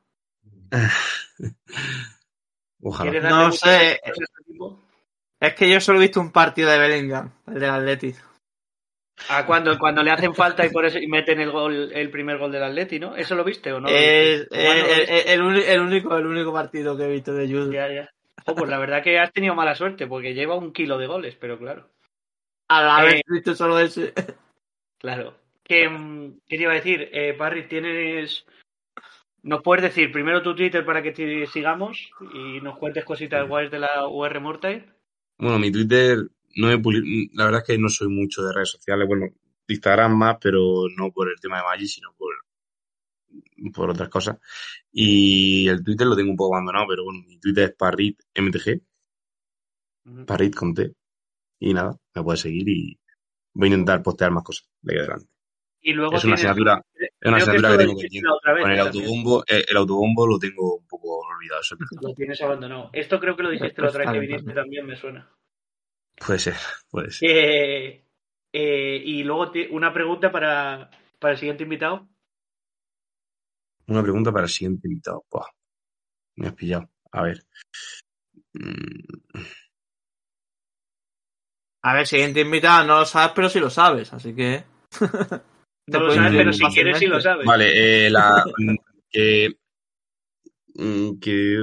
Ojalá. ¿Quieres darle No muchos sé, minutos a este tipo? es que yo solo he visto un partido de Bellingham, el del Atleti. Cuando le hacen falta y por eso y meten el primer gol del Atleti, ¿no? ¿Eso lo viste o no lo viste? Igual no lo viste. El único partido que he visto de Jude. Ya, ya. Oh, pues la verdad que has tenido mala suerte porque lleva 1 kilo de goles, pero claro. Al haber Eh, visto solo ese. claro. ¿Qué te iba a decir? Parry, ¿nos puedes decir primero tu Twitter para que te sigamos y nos cuentes cositas guays de la UR Mortal? Bueno, mi Twitter no la verdad es que no soy mucho de redes sociales. Bueno, de Instagram más, pero no por el tema de Magic, sino por otras cosas. Y el Twitter lo tengo un poco abandonado, pero bueno, mi Twitter es parritmtg, parrit con T. Y nada, me puedes seguir y voy a intentar postear más cosas de ahí adelante. Y luego Es una tienes, asignatura, es una creo que asignatura esto que lo tengo dijiste pendiente. la otra vez, Con también. el autobombo lo tengo un poco olvidado, eso es verdad. Lo tienes abandonado. Esto creo que lo dijiste la otra vez Está que bien viniste también. también, me suena. Puede ser, puede ser. Y luego una pregunta para el siguiente invitado. Una pregunta para el siguiente invitado. Buah, me has pillado. A ver. Mm, A ver, siguiente invitado, no lo sabes, pero sí lo sabes, así que. No Te lo puede sabes, pero influir si quieres sí lo fácilmente. sabes. vale, que, que,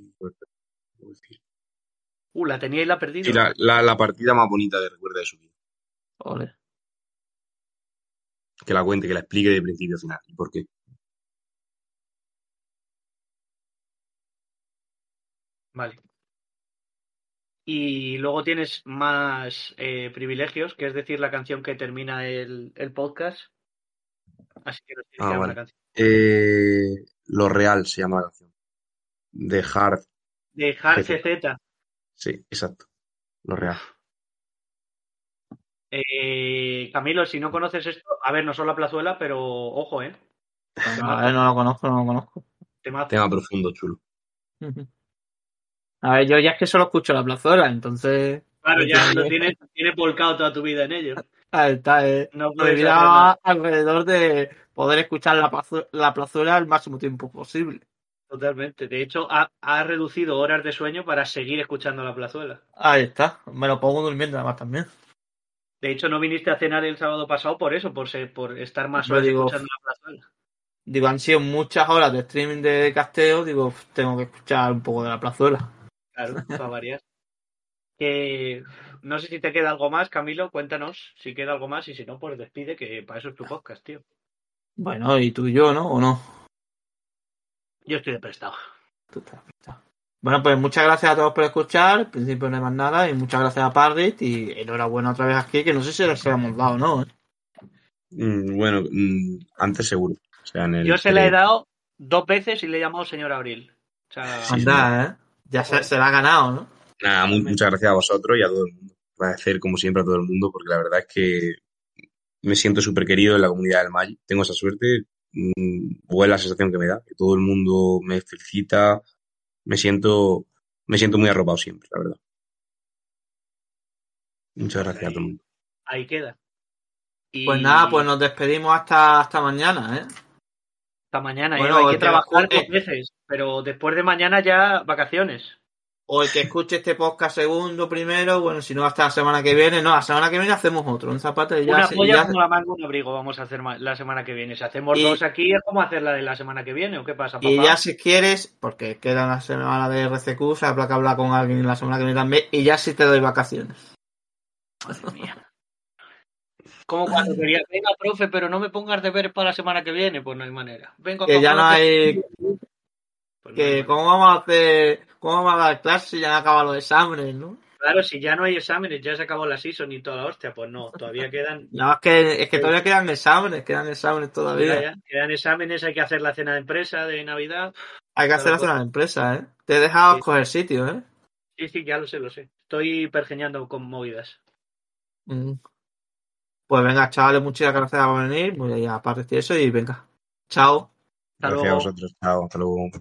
La tenía y la ha sí, perdido. la partida más bonita de recuerda de su vida. Ole. que la cuente, que la explique de principio a final. ¿Por qué? Vale. Y luego tienes más privilegios, que es decir, la canción que termina el podcast. Así que nos tienes que dar una canción. Lo Real se llama la canción. De Hard. De Hard GZ. Sí, exacto. Lo Real. Camilo, si no conoces esto, a ver, no son La Plazuela, pero ojo, A ver, no lo conozco. Tema profundo, chulo. A ver, yo ya es que solo escucho La Plazuela, entonces... Claro, ya lo tienes volcado toda tu vida en ello. Ahí está, No mi puedes vida alrededor de poder escuchar la plazuela el máximo tiempo posible. Totalmente. De hecho, ha reducido horas de sueño para seguir escuchando La Plazuela. Ahí está. Me lo pongo durmiendo además también. De hecho, no viniste a cenar el sábado pasado por eso, por estar más horas escuchando La Plazuela. Digo, han sido muchas horas de streaming de casteo. Digo, tengo que escuchar un poco de La Plazuela. Claro, para variar. No sé si te queda algo más, Camilo. Cuéntanos si queda algo más y si no, pues despide, que para eso es tu podcast, tío. Bueno, y tú y yo, ¿no? ¿O no? Yo estoy de prestado. Tú estás prestado. Bueno, pues muchas gracias a todos por escuchar. En principio no hay más nada. Y muchas gracias a Parrit. Y enhorabuena otra vez aquí, que no sé si se lo hemos dado, ¿no? Bueno, antes seguro. O sea, yo se le he dado 2 veces y le he llamado señor Abril. O sea, anda, Ya se la ha ganado, ¿no? Nada, muchas gracias a vosotros y a todo el mundo. Agradecer como siempre a todo el mundo, porque la verdad es que me siento súper querido en la comunidad del Magic. Tengo esa suerte, o es la sensación que me da, que todo el mundo me felicita. Me siento muy arropado siempre, la verdad. Muchas gracias a todo el mundo. Ahí queda. Pues nada, pues nos despedimos hasta mañana, ¿eh? Hasta mañana, bueno, hay que trabajar 2 veces, pero después de mañana ya vacaciones. O el que escuche este podcast segundo, primero, bueno, si no hasta la semana que viene, no, la semana que viene hacemos otro, un zapato y ya... Una polla como la manga, un abrigo vamos a hacer la semana que viene. Si hacemos 2 aquí, ¿es como hacer la de la semana que viene o qué pasa, papá? Y ya si quieres, porque queda una semana de RCQ, se habrá que hablar con alguien la semana que viene también, y ya sí te doy vacaciones. Madre mía. Como cuando quería, venga, profe, pero no me pongas deberes para la semana que viene, pues no hay manera. Venga, que ya no hay... Pues que ¿cómo vamos a hacer? ¿Cómo vamos a dar clases si ya han acabado los exámenes, no? Claro, si ya no hay exámenes, ya se acabó la season y toda la hostia, pues no, todavía quedan... No, es que todavía quedan exámenes todavía. Ya. Quedan exámenes, hay que hacer la cena de empresa de Navidad. Hay que hacer la cena de empresa, ¿eh? Te he dejado escoger sitio, ¿eh? Sí, ya lo sé. Estoy pergeñando con movidas. Pues venga, chavales, muchas gracias por venir. Pues ya aparte de eso y venga. Chao. Gracias a vosotros. Chao, hasta luego.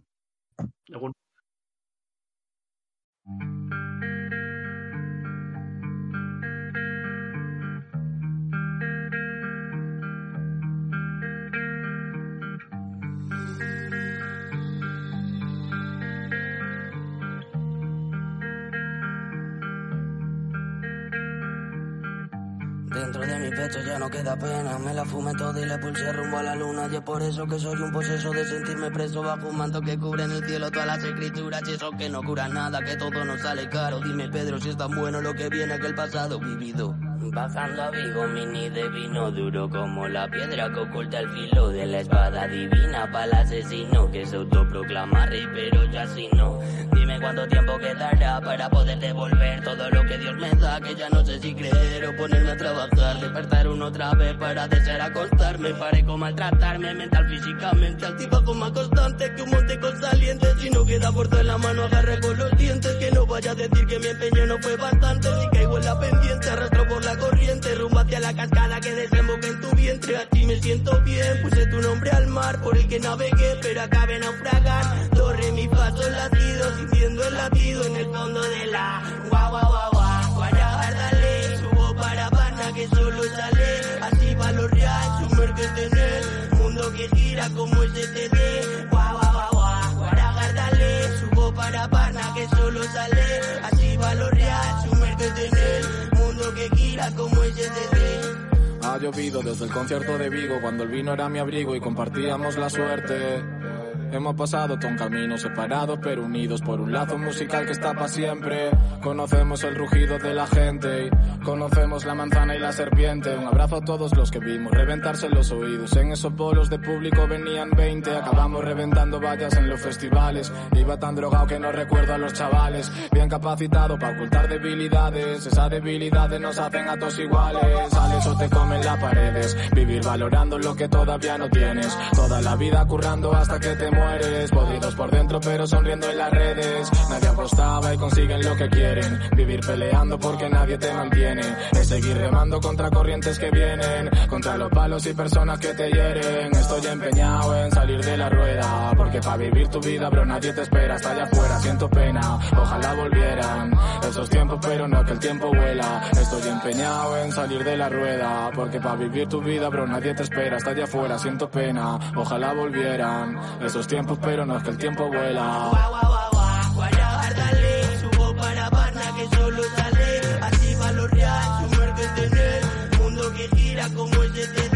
Dentro de mi pecho ya no queda pena, me la fumé toda y le pulsé rumbo a la luna. Y es por eso que soy un poseso de sentirme preso bajo un manto que cubre en el cielo todas las escrituras. Y eso que no cura nada, que todo nos sale caro. Dime, Pedro, si es tan bueno lo que viene que el pasado vivido. Bajando a Vigo, mini de vino duro como la piedra que oculta el filo de la espada divina para el asesino que se autoproclama rey, pero yo así no. Dime cuánto tiempo quedará para poder devolver todo lo que Dios me da, que ya no sé si creer o ponerme a trabajar, despertar una otra vez para desear acostarme, paré con maltratarme mental, físicamente, altibajo más constante que un monte con salientes. Si no queda fuerza en la mano, agarré con los dientes, que no vaya a decir que mi empeño no fue bastante. Si caigo en la pendiente, arrastro por la corriente, rumbo hacia la cascada que desemboca en tu vientre. Aquí me siento bien, puse tu nombre al mar por el que navegué, pero acabé en naufragar. Do, re, mi, fa, sol, latido, sintiendo el latido en el fondo de la guau, guau, guau, guau, guarajar, dale, subo para Parna que solo sale, así va lo real, sumérgete en el mundo que gira como STD, guau, guau, guau, guau, guarajar, dale, subo para Parna que solo sale, así va lo real, sumérgete en el mundo que gira como STD. Ha llovido desde el concierto de Vigo, cuando el vino era mi abrigo y compartíamos la suerte. Hemos pasado todo un camino separados pero unidos por un lazo musical que está para siempre. Conocemos el rugido de la gente, conocemos la manzana y la serpiente. Un abrazo a todos los que vimos reventarse los oídos. En esos bolos de público venían 20, acabamos reventando vallas en los festivales. Iba tan drogado que no recuerdo a los chavales. Bien capacitado para ocultar debilidades, esas debilidades nos hacen a todos iguales. Sales o te comen las paredes, vivir valorando lo que todavía no tienes. Toda la vida currando hasta que te mueres, podridos por dentro pero sonriendo en las redes. Nadie apostaba y consiguen lo que quieren, vivir peleando porque nadie te mantiene. Es seguir remando contra corrientes que vienen, contra los palos y personas que te hieren. Estoy empeñado en salir de la rueda, porque para vivir tu vida bro nadie te espera. Hasta allá afuera siento pena, ojalá volvieran esos tiempos pero no que el tiempo vuela. Estoy empeñado en salir de la rueda, porque para vivir tu vida bro nadie te espera. Hasta allá afuera siento pena, ojalá volvieran esos tiempos pero no es que el tiempo vuela. Dale, subo para Barna que solo sale, así va lo real, sumerge en el mundo que gira como ese